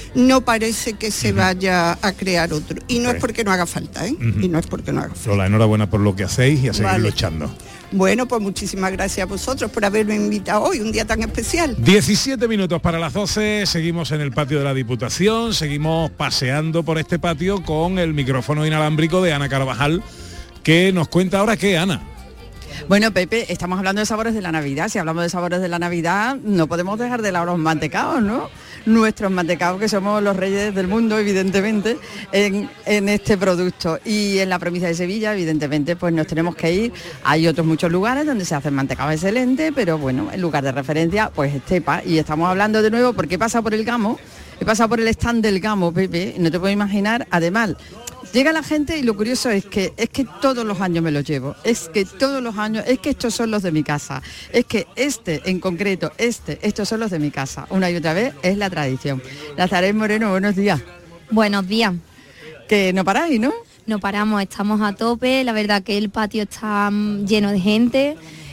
no parece que se vaya a crear otro. Y no es porque no haga falta, ¿eh? Y no es porque no haga falta. Lola, enhorabuena por lo que hacéis y a seguir luchando. Bueno, pues muchísimas gracias a vosotros por haberme invitado hoy, un día tan especial. 17 minutos para las 12, seguimos en el patio de la Diputación, seguimos paseando por este patio con el micrófono inalámbrico de Ana Carvajal, que nos cuenta ahora qué, Ana. Bueno, Pepe, estamos hablando de sabores de la Navidad. Si hablamos de sabores de la Navidad, no podemos dejar de lado los mantecaos, ¿no? Nuestros mantecaos, que somos los reyes del mundo, evidentemente, en este producto. Y en la provincia de Sevilla, evidentemente, pues nos tenemos que ir. Hay otros muchos lugares donde se hacen mantecaos excelentes, pero bueno, el lugar de referencia, pues Estepa. Y estamos hablando de nuevo, porque he pasado por el Gamo, he pasado por el stand del Gamo, Pepe, y no te puedo imaginar, además... Llega la gente y lo curioso es que todos los años me los llevo, es que todos los años, es que estos son los de mi casa, es que en concreto, estos son los de mi casa, una y otra vez es la tradición. Nazaret Moreno, buenos días. Buenos días. Que no paráis, ¿no? No paramos, estamos a tope, la verdad que el patio está lleno de gente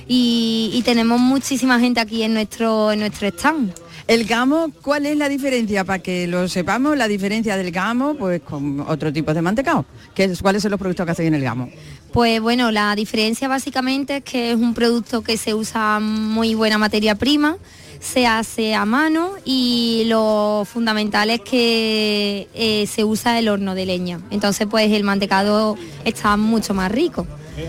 y tenemos muchísima gente aquí en nuestro stand. El Gamo, ¿cuál es la diferencia? Para que lo sepamos, la diferencia del Gamo, pues con otro tipo de mantecao. ¿Cuáles son los productos que hacéis en el Gamo? Pues bueno, la diferencia básicamente es que es un producto que se usa muy buena materia prima, se hace a mano y lo fundamental es que se usa el horno de leña. Entonces pues el mantecado está mucho más rico.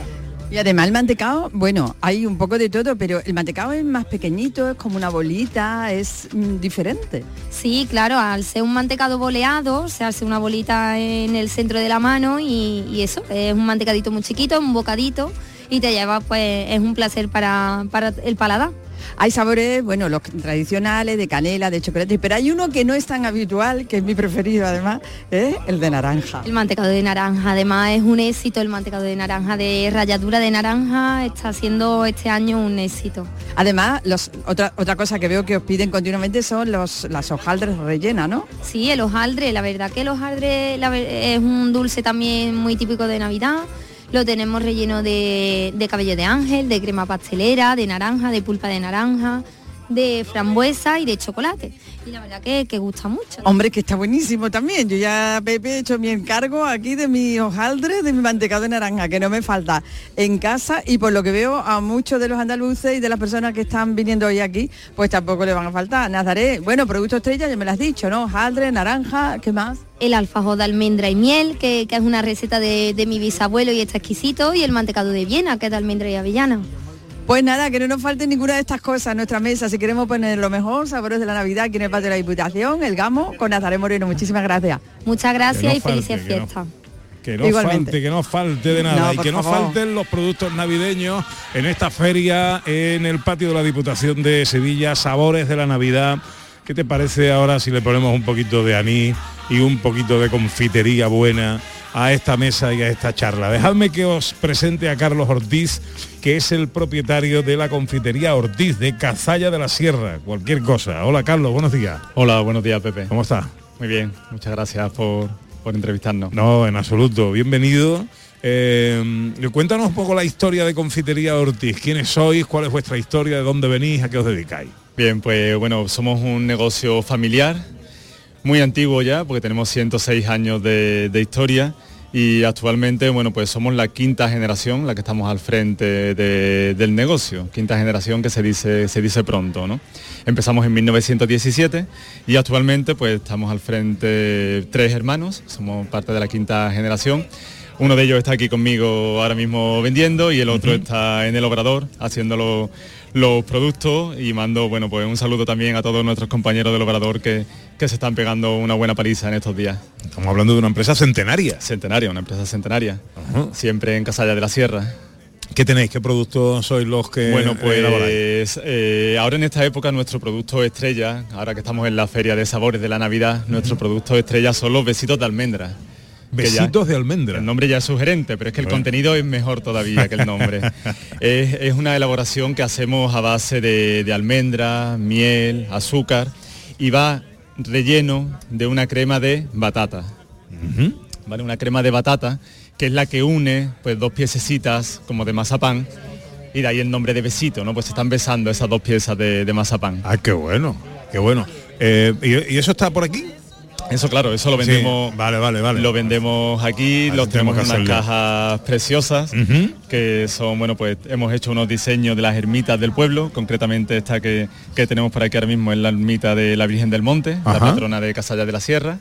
Y además el mantecao, bueno, hay un poco de todo, pero el mantecao es más pequeñito, es como una bolita, es diferente. Sí, claro, al ser un mantecado boleado, se hace una bolita en el centro de la mano y eso, es un mantecadito muy chiquito, un bocadito, y te lleva, pues, es un placer para el paladar. Hay sabores, bueno, los tradicionales, de canela, de chocolate, pero hay uno que no es tan habitual, que es mi preferido además, es el de naranja. El mantecado de naranja, además es un éxito, el mantecado de naranja, de ralladura de naranja, está siendo este año un éxito. Además, otra cosa que veo que os piden continuamente son las hojaldres rellenas, ¿no? Sí, el hojaldre, la verdad que el hojaldre es un dulce también muy típico de Navidad. Lo tenemos relleno de cabello de ángel, de crema pastelera, de naranja, de pulpa de naranja, de frambuesa y de chocolate. Y la verdad que gusta mucho. Hombre, que está buenísimo también. Yo ya, Pepe, he hecho mi encargo aquí de mi hojaldre, de mi mantecado de naranja, que no me falta en casa, y por lo que veo a muchos de los andaluces y de las personas que están viniendo hoy aquí, pues tampoco le van a faltar. Nazaret, bueno, producto estrella, ya me lo has dicho, ¿no? Hojaldre, naranja, ¿qué más? El alfajor de almendra y miel, que es una receta de mi bisabuelo y está exquisito, y el mantecado de Viena, que es de almendra y avellana. Pues nada, que no nos falte ninguna de estas cosas en nuestra mesa. Si queremos poner lo mejor, sabores de la Navidad aquí en el patio de la Diputación, el Gamo, con Nazaret Moreno. Muchísimas gracias. Muchas gracias y felices fiestas. Que no falte de nada, y que no falten los productos navideños en esta feria en el patio de la Diputación de Sevilla, sabores de la Navidad. ¿Qué te parece ahora si le ponemos un poquito de anís y un poquito de confitería buena a esta mesa y a esta charla? Dejadme que os presente a Carlos Ortiz, que es el propietario de la confitería Ortiz de Cazalla de la Sierra, cualquier cosa. Hola Carlos, buenos días. Hola, buenos días Pepe. ¿Cómo estás? Muy bien, muchas gracias por entrevistarnos. No, en absoluto, bienvenido. Cuéntanos un poco la historia de Confitería Ortiz. ¿Quiénes sois? ¿Cuál es vuestra historia? ¿De dónde venís? ¿A qué os dedicáis? Bien, pues bueno, somos un negocio familiar, muy antiguo ya, porque tenemos 106 años de historia, y actualmente, bueno, pues somos la quinta generación la que estamos al frente del negocio, quinta generación que se dice pronto, ¿no? Empezamos en 1917 y actualmente pues estamos al frente 3 hermanos, somos parte de la quinta generación. Uno de ellos está aquí conmigo ahora mismo vendiendo y el otro está en el obrador haciendo los productos, y mando, bueno, pues un saludo también a todos nuestros compañeros del obrador que se están pegando una buena paliza en estos días. Estamos hablando de una empresa centenaria. Centenaria, una empresa centenaria, siempre en Cazalla de la Sierra. ¿Qué tenéis? ¿Qué productos sois los que Bueno, pues ahora en esta época nuestro producto estrella, ahora que estamos en la feria de sabores de la Navidad, nuestro producto estrella son los besitos de almendra. Besitos de almendra. El nombre ya es sugerente, pero es que el contenido es mejor todavía que el nombre. es una elaboración que hacemos a base de almendra, miel, azúcar, y va relleno de una crema de batata. ¿Vale? Una crema de batata que es la que une pues 2 piececitas como de mazapán, y de ahí el nombre de besito, ¿no? Pues se están besando esas 2 piezas de mazapán. Ah, qué bueno, qué bueno. ¿Y eso está por aquí? Eso claro, eso lo vendemos. Sí, vale. Lo vendemos aquí, los tenemos en unas cajas preciosas, que son, bueno, pues hemos hecho unos diseños de las ermitas del pueblo, concretamente esta que tenemos por aquí ahora mismo es la ermita de la Virgen del Monte, la patrona de Casalla de la Sierra.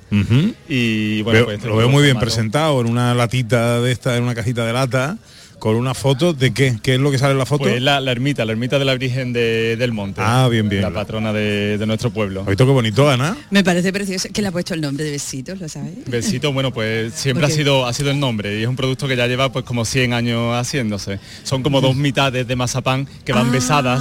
Y bueno, pues lo veo muy bien presentado en una latita de esta, en una cajita de lata. Con una foto de qué es lo que sale en la foto. Pues la ermita de la Virgen del Monte. Ah, bien. La patrona de nuestro pueblo. Oito, qué bonito, Ana. Me parece precioso. ¿Quién le ha puesto el nombre de Besitos, lo sabes? Besitos, bueno, pues siempre ha sido el nombre y es un producto que ya lleva pues como 100 años haciéndose. Son como dos mitades de mazapán que van besadas.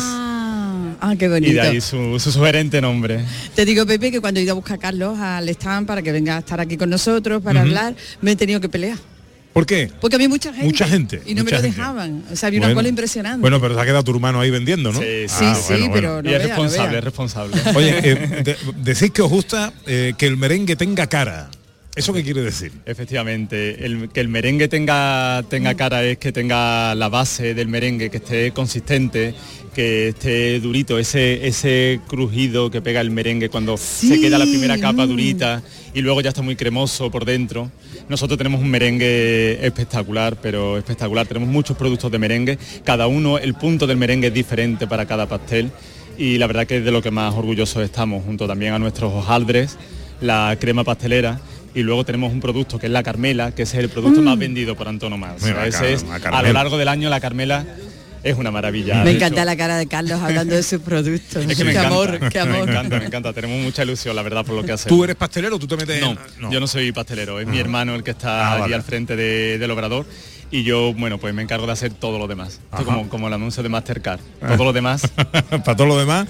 Ah, qué bonito. Y de ahí su sugerente nombre. Te digo, Pepe, que cuando he ido a buscar a Carlos al stand para que venga a estar aquí con nosotros para hablar, me he tenido que pelear. ¿Por qué? Porque había mucha gente. Y no me lo gente. dejaban. O sea, había una cola impresionante. Bueno, pero se ha quedado tu hermano ahí vendiendo, ¿no? Sí, pero no y es responsable. Oye, decís que os gusta que el merengue tenga cara. ¿Eso qué quiere decir? Efectivamente, que el merengue tenga cara es que tenga la base del merengue, que esté consistente, que esté durito, ese crujido que pega el merengue cuando se queda la primera capa durita y luego ya está muy cremoso por dentro. Nosotros tenemos un merengue espectacular, pero espectacular. Tenemos muchos productos de merengue, cada uno, el punto del merengue es diferente para cada pastel y la verdad que es de lo que más orgullosos estamos, junto también a nuestros hojaldres, la crema pastelera. Y luego tenemos un producto que es la Carmela, que ese es el producto más vendido por antonomasia. A lo largo del año la Carmela es una maravilla. Me encanta la cara de Carlos hablando de sus productos. Es que qué amor. Me encanta. Tenemos mucha ilusión, la verdad, por lo que hacemos. ¿Tú eres pastelero? ¿Tú te metes? No, yo no soy pastelero. Es mi hermano el que está allí al frente del obrador. Y yo, bueno, pues me encargo de hacer todo lo demás. Esto como el anuncio de Mastercard. Todo lo demás. Para todo lo demás.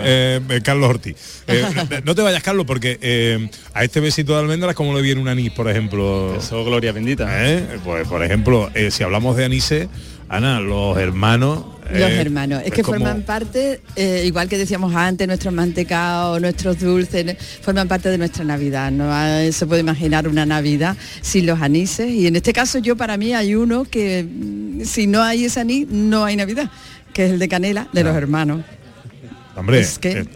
Carlos Ortiz. No te vayas, Carlos, porque a este besito de almendras, ¿cómo le viene un anís, por ejemplo? Eso, gloria bendita. Pues, por ejemplo, si hablamos de anís, Ana, los hermanos... Los hermanos, es que forman parte, igual que decíamos antes, nuestros mantecaos, nuestros dulces, forman parte de nuestra Navidad. No se puede imaginar una Navidad sin los anises. Y en este caso para mí hay uno que si no hay ese anís, no hay Navidad, que es el de canela de los hermanos. Hombre, es que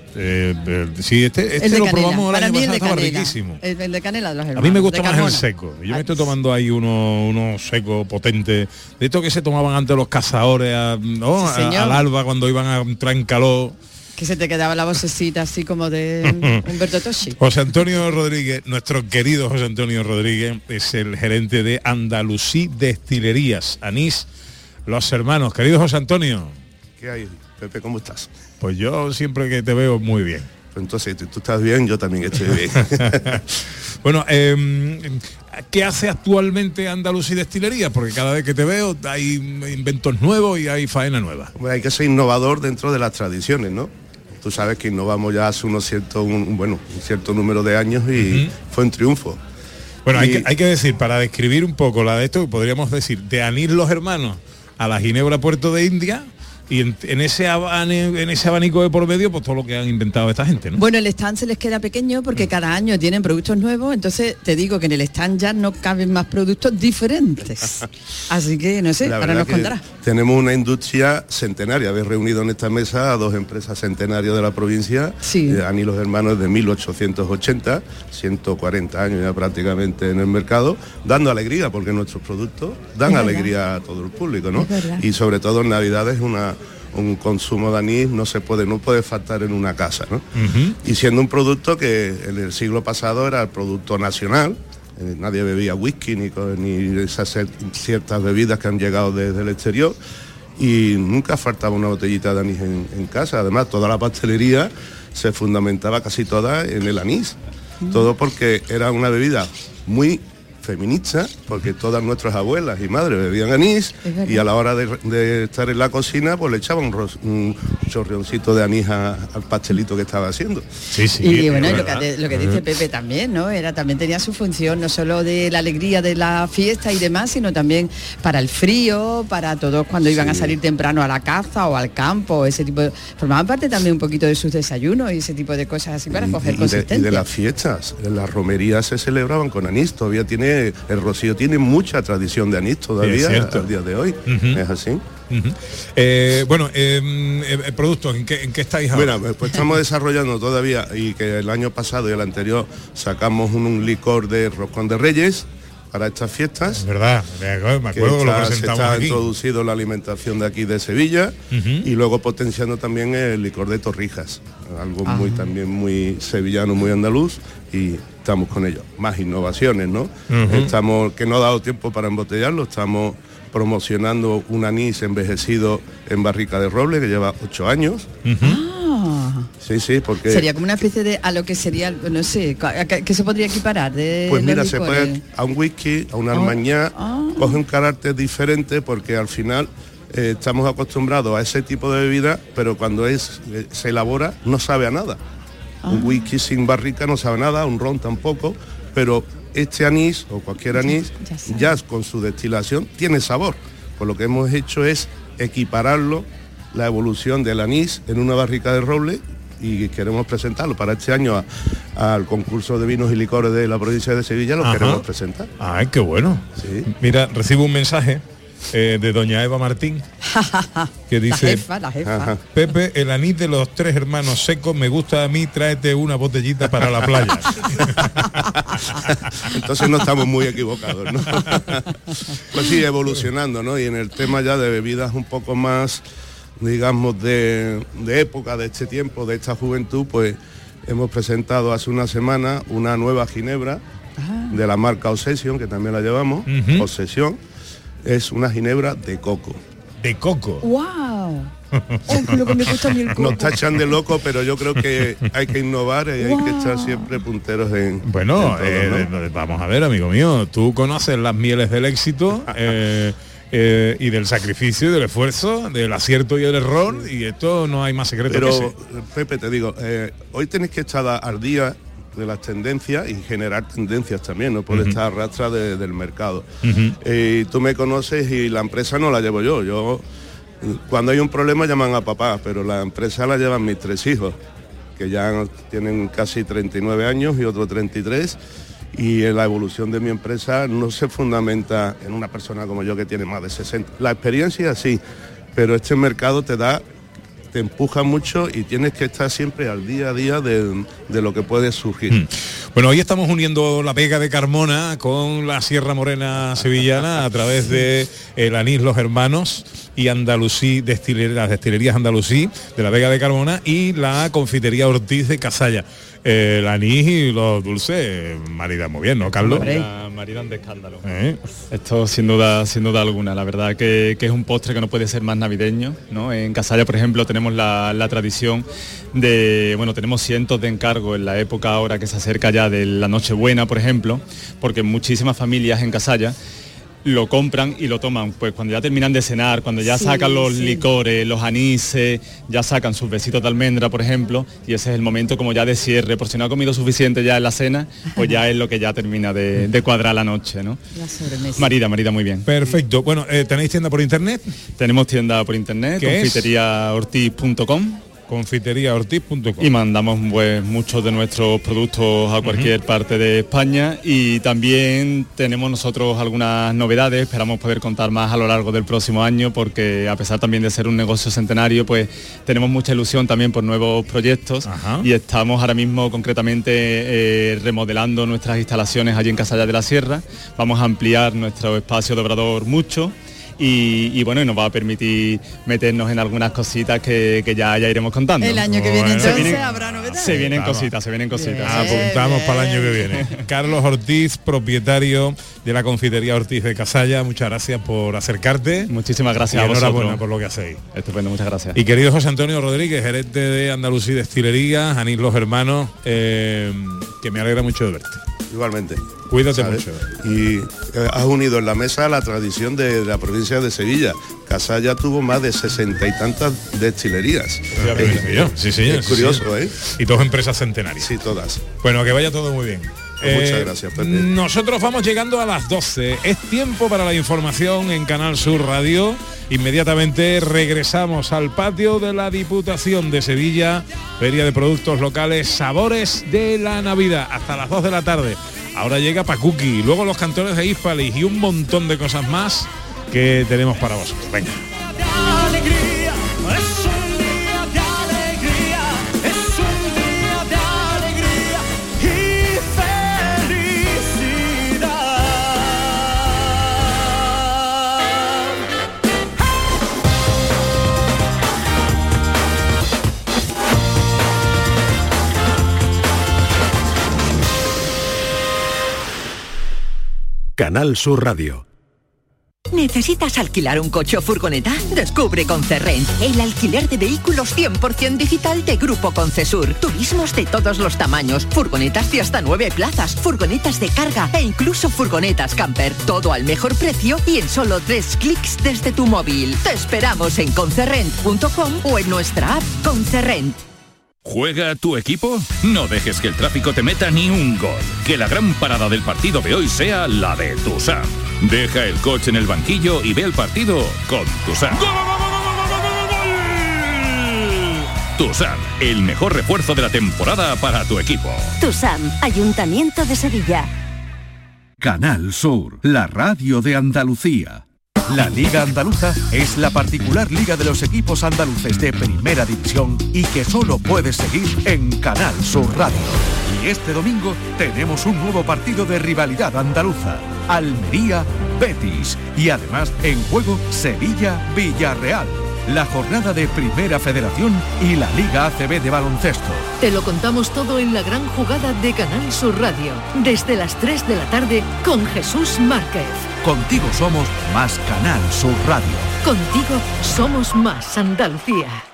sí, este lo probamos el año pasado, estaba riquísimo. El de canela de los hermanos. A mí me gusta más el seco. Yo me estoy tomando ahí uno seco, potente. De esto que se tomaban antes los cazadores al alba cuando iban a entrar en calor. Que se te quedaba la vocecita así como de Humberto Toschi. José Antonio Rodríguez, nuestro querido José Antonio Rodríguez, es el gerente de Andalusí Destilerías, Anís, Los Hermanos. Querido José Antonio. ¿Qué hay, Pepe? ¿Cómo estás? Pues yo siempre que te veo muy bien. Pues entonces, si tú estás bien, yo también estoy bien. Bueno, ¿qué hace actualmente Andalusí Destilería? Porque cada vez que te veo hay inventos nuevos y hay faena nueva. Bueno, hay que ser innovador dentro de las tradiciones, ¿no? Tú sabes que innovamos ya hace un cierto número de años y fue un triunfo. Bueno, hay que decir, para describir un poco la de esto, podríamos decir, de Anís Los Hermanos a la Ginebra Puerto de India. Y en ese abanico de por medio, pues todo lo que han inventado esta gente, ¿no? Bueno, el stand se les queda pequeño porque cada año tienen productos nuevos, entonces te digo que en el stand ya no caben más productos diferentes. Así que, no sé, ahora nos contarás. Tenemos una industria centenaria. Habéis reunido en esta mesa a dos empresas centenarias de la provincia. Sí. Anís Los Hermanos de 1880, 140 años ya prácticamente en el mercado, dando alegría, porque nuestros productos dan alegría a todo el público, ¿no? Y sobre todo en Navidades un consumo de anís no puede faltar en una casa, ¿no? Y siendo un producto que en el siglo pasado era el producto nacional, nadie bebía whisky ni esas ciertas bebidas que han llegado desde el exterior y nunca faltaba una botellita de anís en casa. Además, toda la pastelería se fundamentaba casi toda en el anís, todo porque era una bebida muy feminista, porque todas nuestras abuelas y madres bebían anís y a la hora de estar en la cocina pues le echaban un chorreoncito de anís al pastelito que estaba haciendo. Sí, y bueno, lo que dice Pepe también, ¿no? También tenía su función, no solo de la alegría de la fiesta y demás, sino también para el frío, para todos cuando iban a salir temprano a la caza o al campo, ese tipo de... Formaban parte también un poquito de sus desayunos y ese tipo de cosas así para coger consistencia. Y de las fiestas, las romerías se celebraban con anís, todavía el Rocío tiene mucha tradición de anís todavía al día de hoy. Es así. Productos, ¿en qué estáis ahora? Bueno, pues estamos desarrollando todavía, y que el año pasado y el anterior sacamos un licor de roscón de Reyes para estas fiestas. Es verdad, me acuerdo que lo presentamos se está aquí. introducido la alimentación de aquí de Sevilla y luego potenciando también el licor de Torrijas, algo también muy sevillano, muy andaluz, y estamos con ello. Más innovaciones, ¿no? Estamos, que no ha dado tiempo para embotellarlo, estamos promocionando un anís envejecido en barrica de roble que lleva 8 años. Sí, porque... Sería como una especie de, a lo que sería, no sé, ¿qué se podría equiparar? Pues mira, se puede a un whisky, a un armañá, coge un carácter diferente porque al final estamos acostumbrados a ese tipo de bebida, pero cuando se elabora no sabe a nada. Un whisky sin barrica no sabe nada, un ron tampoco, pero este anís o cualquier anís ya con su destilación tiene sabor. Pues lo que hemos hecho es equipararlo, la evolución del anís en una barrica de roble, y queremos presentarlo para este año al concurso de vinos y licores de la provincia de Sevilla. Lo queremos presentar. Ay, qué bueno. Sí. Mira, recibo un mensaje de doña Eva Martín que dice: la jefa. Pepe, el anís de los 3 hermanos secos me gusta a mí, tráete una botellita para la playa. Entonces no estamos muy equivocados, ¿no? Pues sí, evolucionando, ¿no? Y en el tema ya de bebidas un poco más, digamos, de época, de este tiempo, de esta juventud, pues hemos presentado hace una semana una nueva ginebra de la marca Obsession, que también la llevamos. Obsession es una ginebra de coco. ¿De coco? ¡Wow! Oh, lo que me gusta a mí el coco. Nos tachan de loco, pero yo creo que hay que innovar y hay que estar siempre punteros en... Bueno, en todo, ¿no? Vamos a ver, amigo mío, tú conoces las mieles del éxito y del sacrificio y del esfuerzo, del acierto y el error, y esto no hay más secreto pero, que ese. Pepe, te digo, hoy tenéis que estar al día de las tendencias y generar tendencias también, no puede estar a rastra del mercado. Tú me conoces y la empresa no la llevo yo. Cuando hay un problema llaman a papá, pero la empresa la llevan mis 3 hijos, que ya tienen casi 39 años y otro 33, y la evolución de mi empresa no se fundamenta en una persona como yo que tiene más de 60. La experiencia sí, pero este mercado te empuja mucho y tienes que estar siempre al día a día de lo que puede surgir. Bueno, hoy estamos uniendo la Vega de Carmona con la Sierra Morena sevillana a través de el anís Los Hermanos y Andalusí, las destilerías Andalusí de la Vega de Carmona y la confitería Ortiz de Casalla. El anís y los dulces maridan muy bien, ¿no, Carlos? Maridan de escándalo. Esto sin duda alguna. La verdad que es un postre que no puede ser más navideño, ¿no? En Casalla, por ejemplo, tenemos la tradición de, bueno, tenemos cientos de encargos en la época ahora que se acerca ya de la Nochebuena, por ejemplo, porque muchísimas familias en Casalla lo compran y lo toman, pues cuando ya terminan de cenar, cuando ya sacan los licores, los anises, ya sacan sus besitos de almendra, por ejemplo, y ese es el momento como ya de cierre, por si no ha comido suficiente ya en la cena, pues ya es lo que ya termina de cuadrar la noche, ¿no? La sobremesa. Marida muy bien. Perfecto. Bueno, ¿tenéis tienda por internet? Tenemos tienda por internet, confiteriaortiz.com. Confiteriaortiz.com. Y mandamos pues muchos de nuestros productos a cualquier parte de España, y también tenemos nosotros algunas novedades, esperamos poder contar más a lo largo del próximo año, porque a pesar también de ser un negocio centenario, pues tenemos mucha ilusión también por nuevos proyectos. Y estamos ahora mismo concretamente remodelando nuestras instalaciones allí en Casalla de la Sierra. Vamos a ampliar nuestro espacio de obrador mucho. Y bueno, nos va a permitir meternos en algunas cositas que ya iremos contando. El año que viene entonces habrá novedades. Se vienen cositas. Apuntamos para el año que viene. Carlos Ortiz, propietario de la confitería Ortiz de Casalla, muchas gracias por acercarte. Muchísimas gracias y a vosotros. Enhorabuena por lo que hacéis. Estupendo, muchas gracias. Y querido José Antonio Rodríguez, gerente de Andalusí Destilería, Anís Los Hermanos, que me alegra mucho de verte. Igualmente. Cuídate mucho. Y has unido en la mesa la tradición de la provincia de Sevilla. Casalla tuvo más de 60 y tantas destilerías. Sí, señor. Es curioso, ¿eh? Y todas empresas centenarias. Sí, todas. Bueno, que vaya todo muy bien. Muchas gracias, Pepe. Nosotros vamos llegando a las 12. Es tiempo para la información en Canal Sur Radio. Inmediatamente regresamos al patio de la Diputación de Sevilla, Feria de Productos Locales, Sabores de la Navidad, hasta las 2 de la tarde. Ahora llega Pacuqui, luego los cantores de Hispalis y un montón de cosas más que tenemos para vosotros. Venga. alegría, es un día de alegría, es un día de alegría y felicidad. Canal Sur Radio. ¿Necesitas alquilar un coche o furgoneta? Descubre Concerrent, el alquiler de vehículos 100% digital de Grupo Concesur. Turismos de todos los tamaños, furgonetas de hasta 9 plazas, furgonetas de carga e incluso furgonetas camper. Todo al mejor precio y en solo 3 clics desde tu móvil. Te esperamos en concerrent.com o en nuestra app Concerrent. ¿Juega tu equipo? No dejes que el tráfico te meta ni un gol. Que la gran parada del partido de hoy sea la de Tusam. Deja el coche en el banquillo y ve el partido con Tusam. Tusam, el mejor refuerzo de la temporada para tu equipo. Tusam, Ayuntamiento de Sevilla. Canal Sur, la radio de Andalucía. La Liga Andaluza es la particular liga de los equipos andaluces de primera división y que solo puedes seguir en Canal Sur Radio. Y este domingo tenemos un nuevo partido de rivalidad andaluza, Almería-Betis, y además en juego Sevilla-Villarreal, la jornada de Primera Federación y la Liga ACB de baloncesto. Te lo contamos todo en la gran jugada de Canal Sur Radio, desde las 3 de la tarde con Jesús Márquez. Contigo somos más Canal Sur Radio. Contigo somos más Andalucía.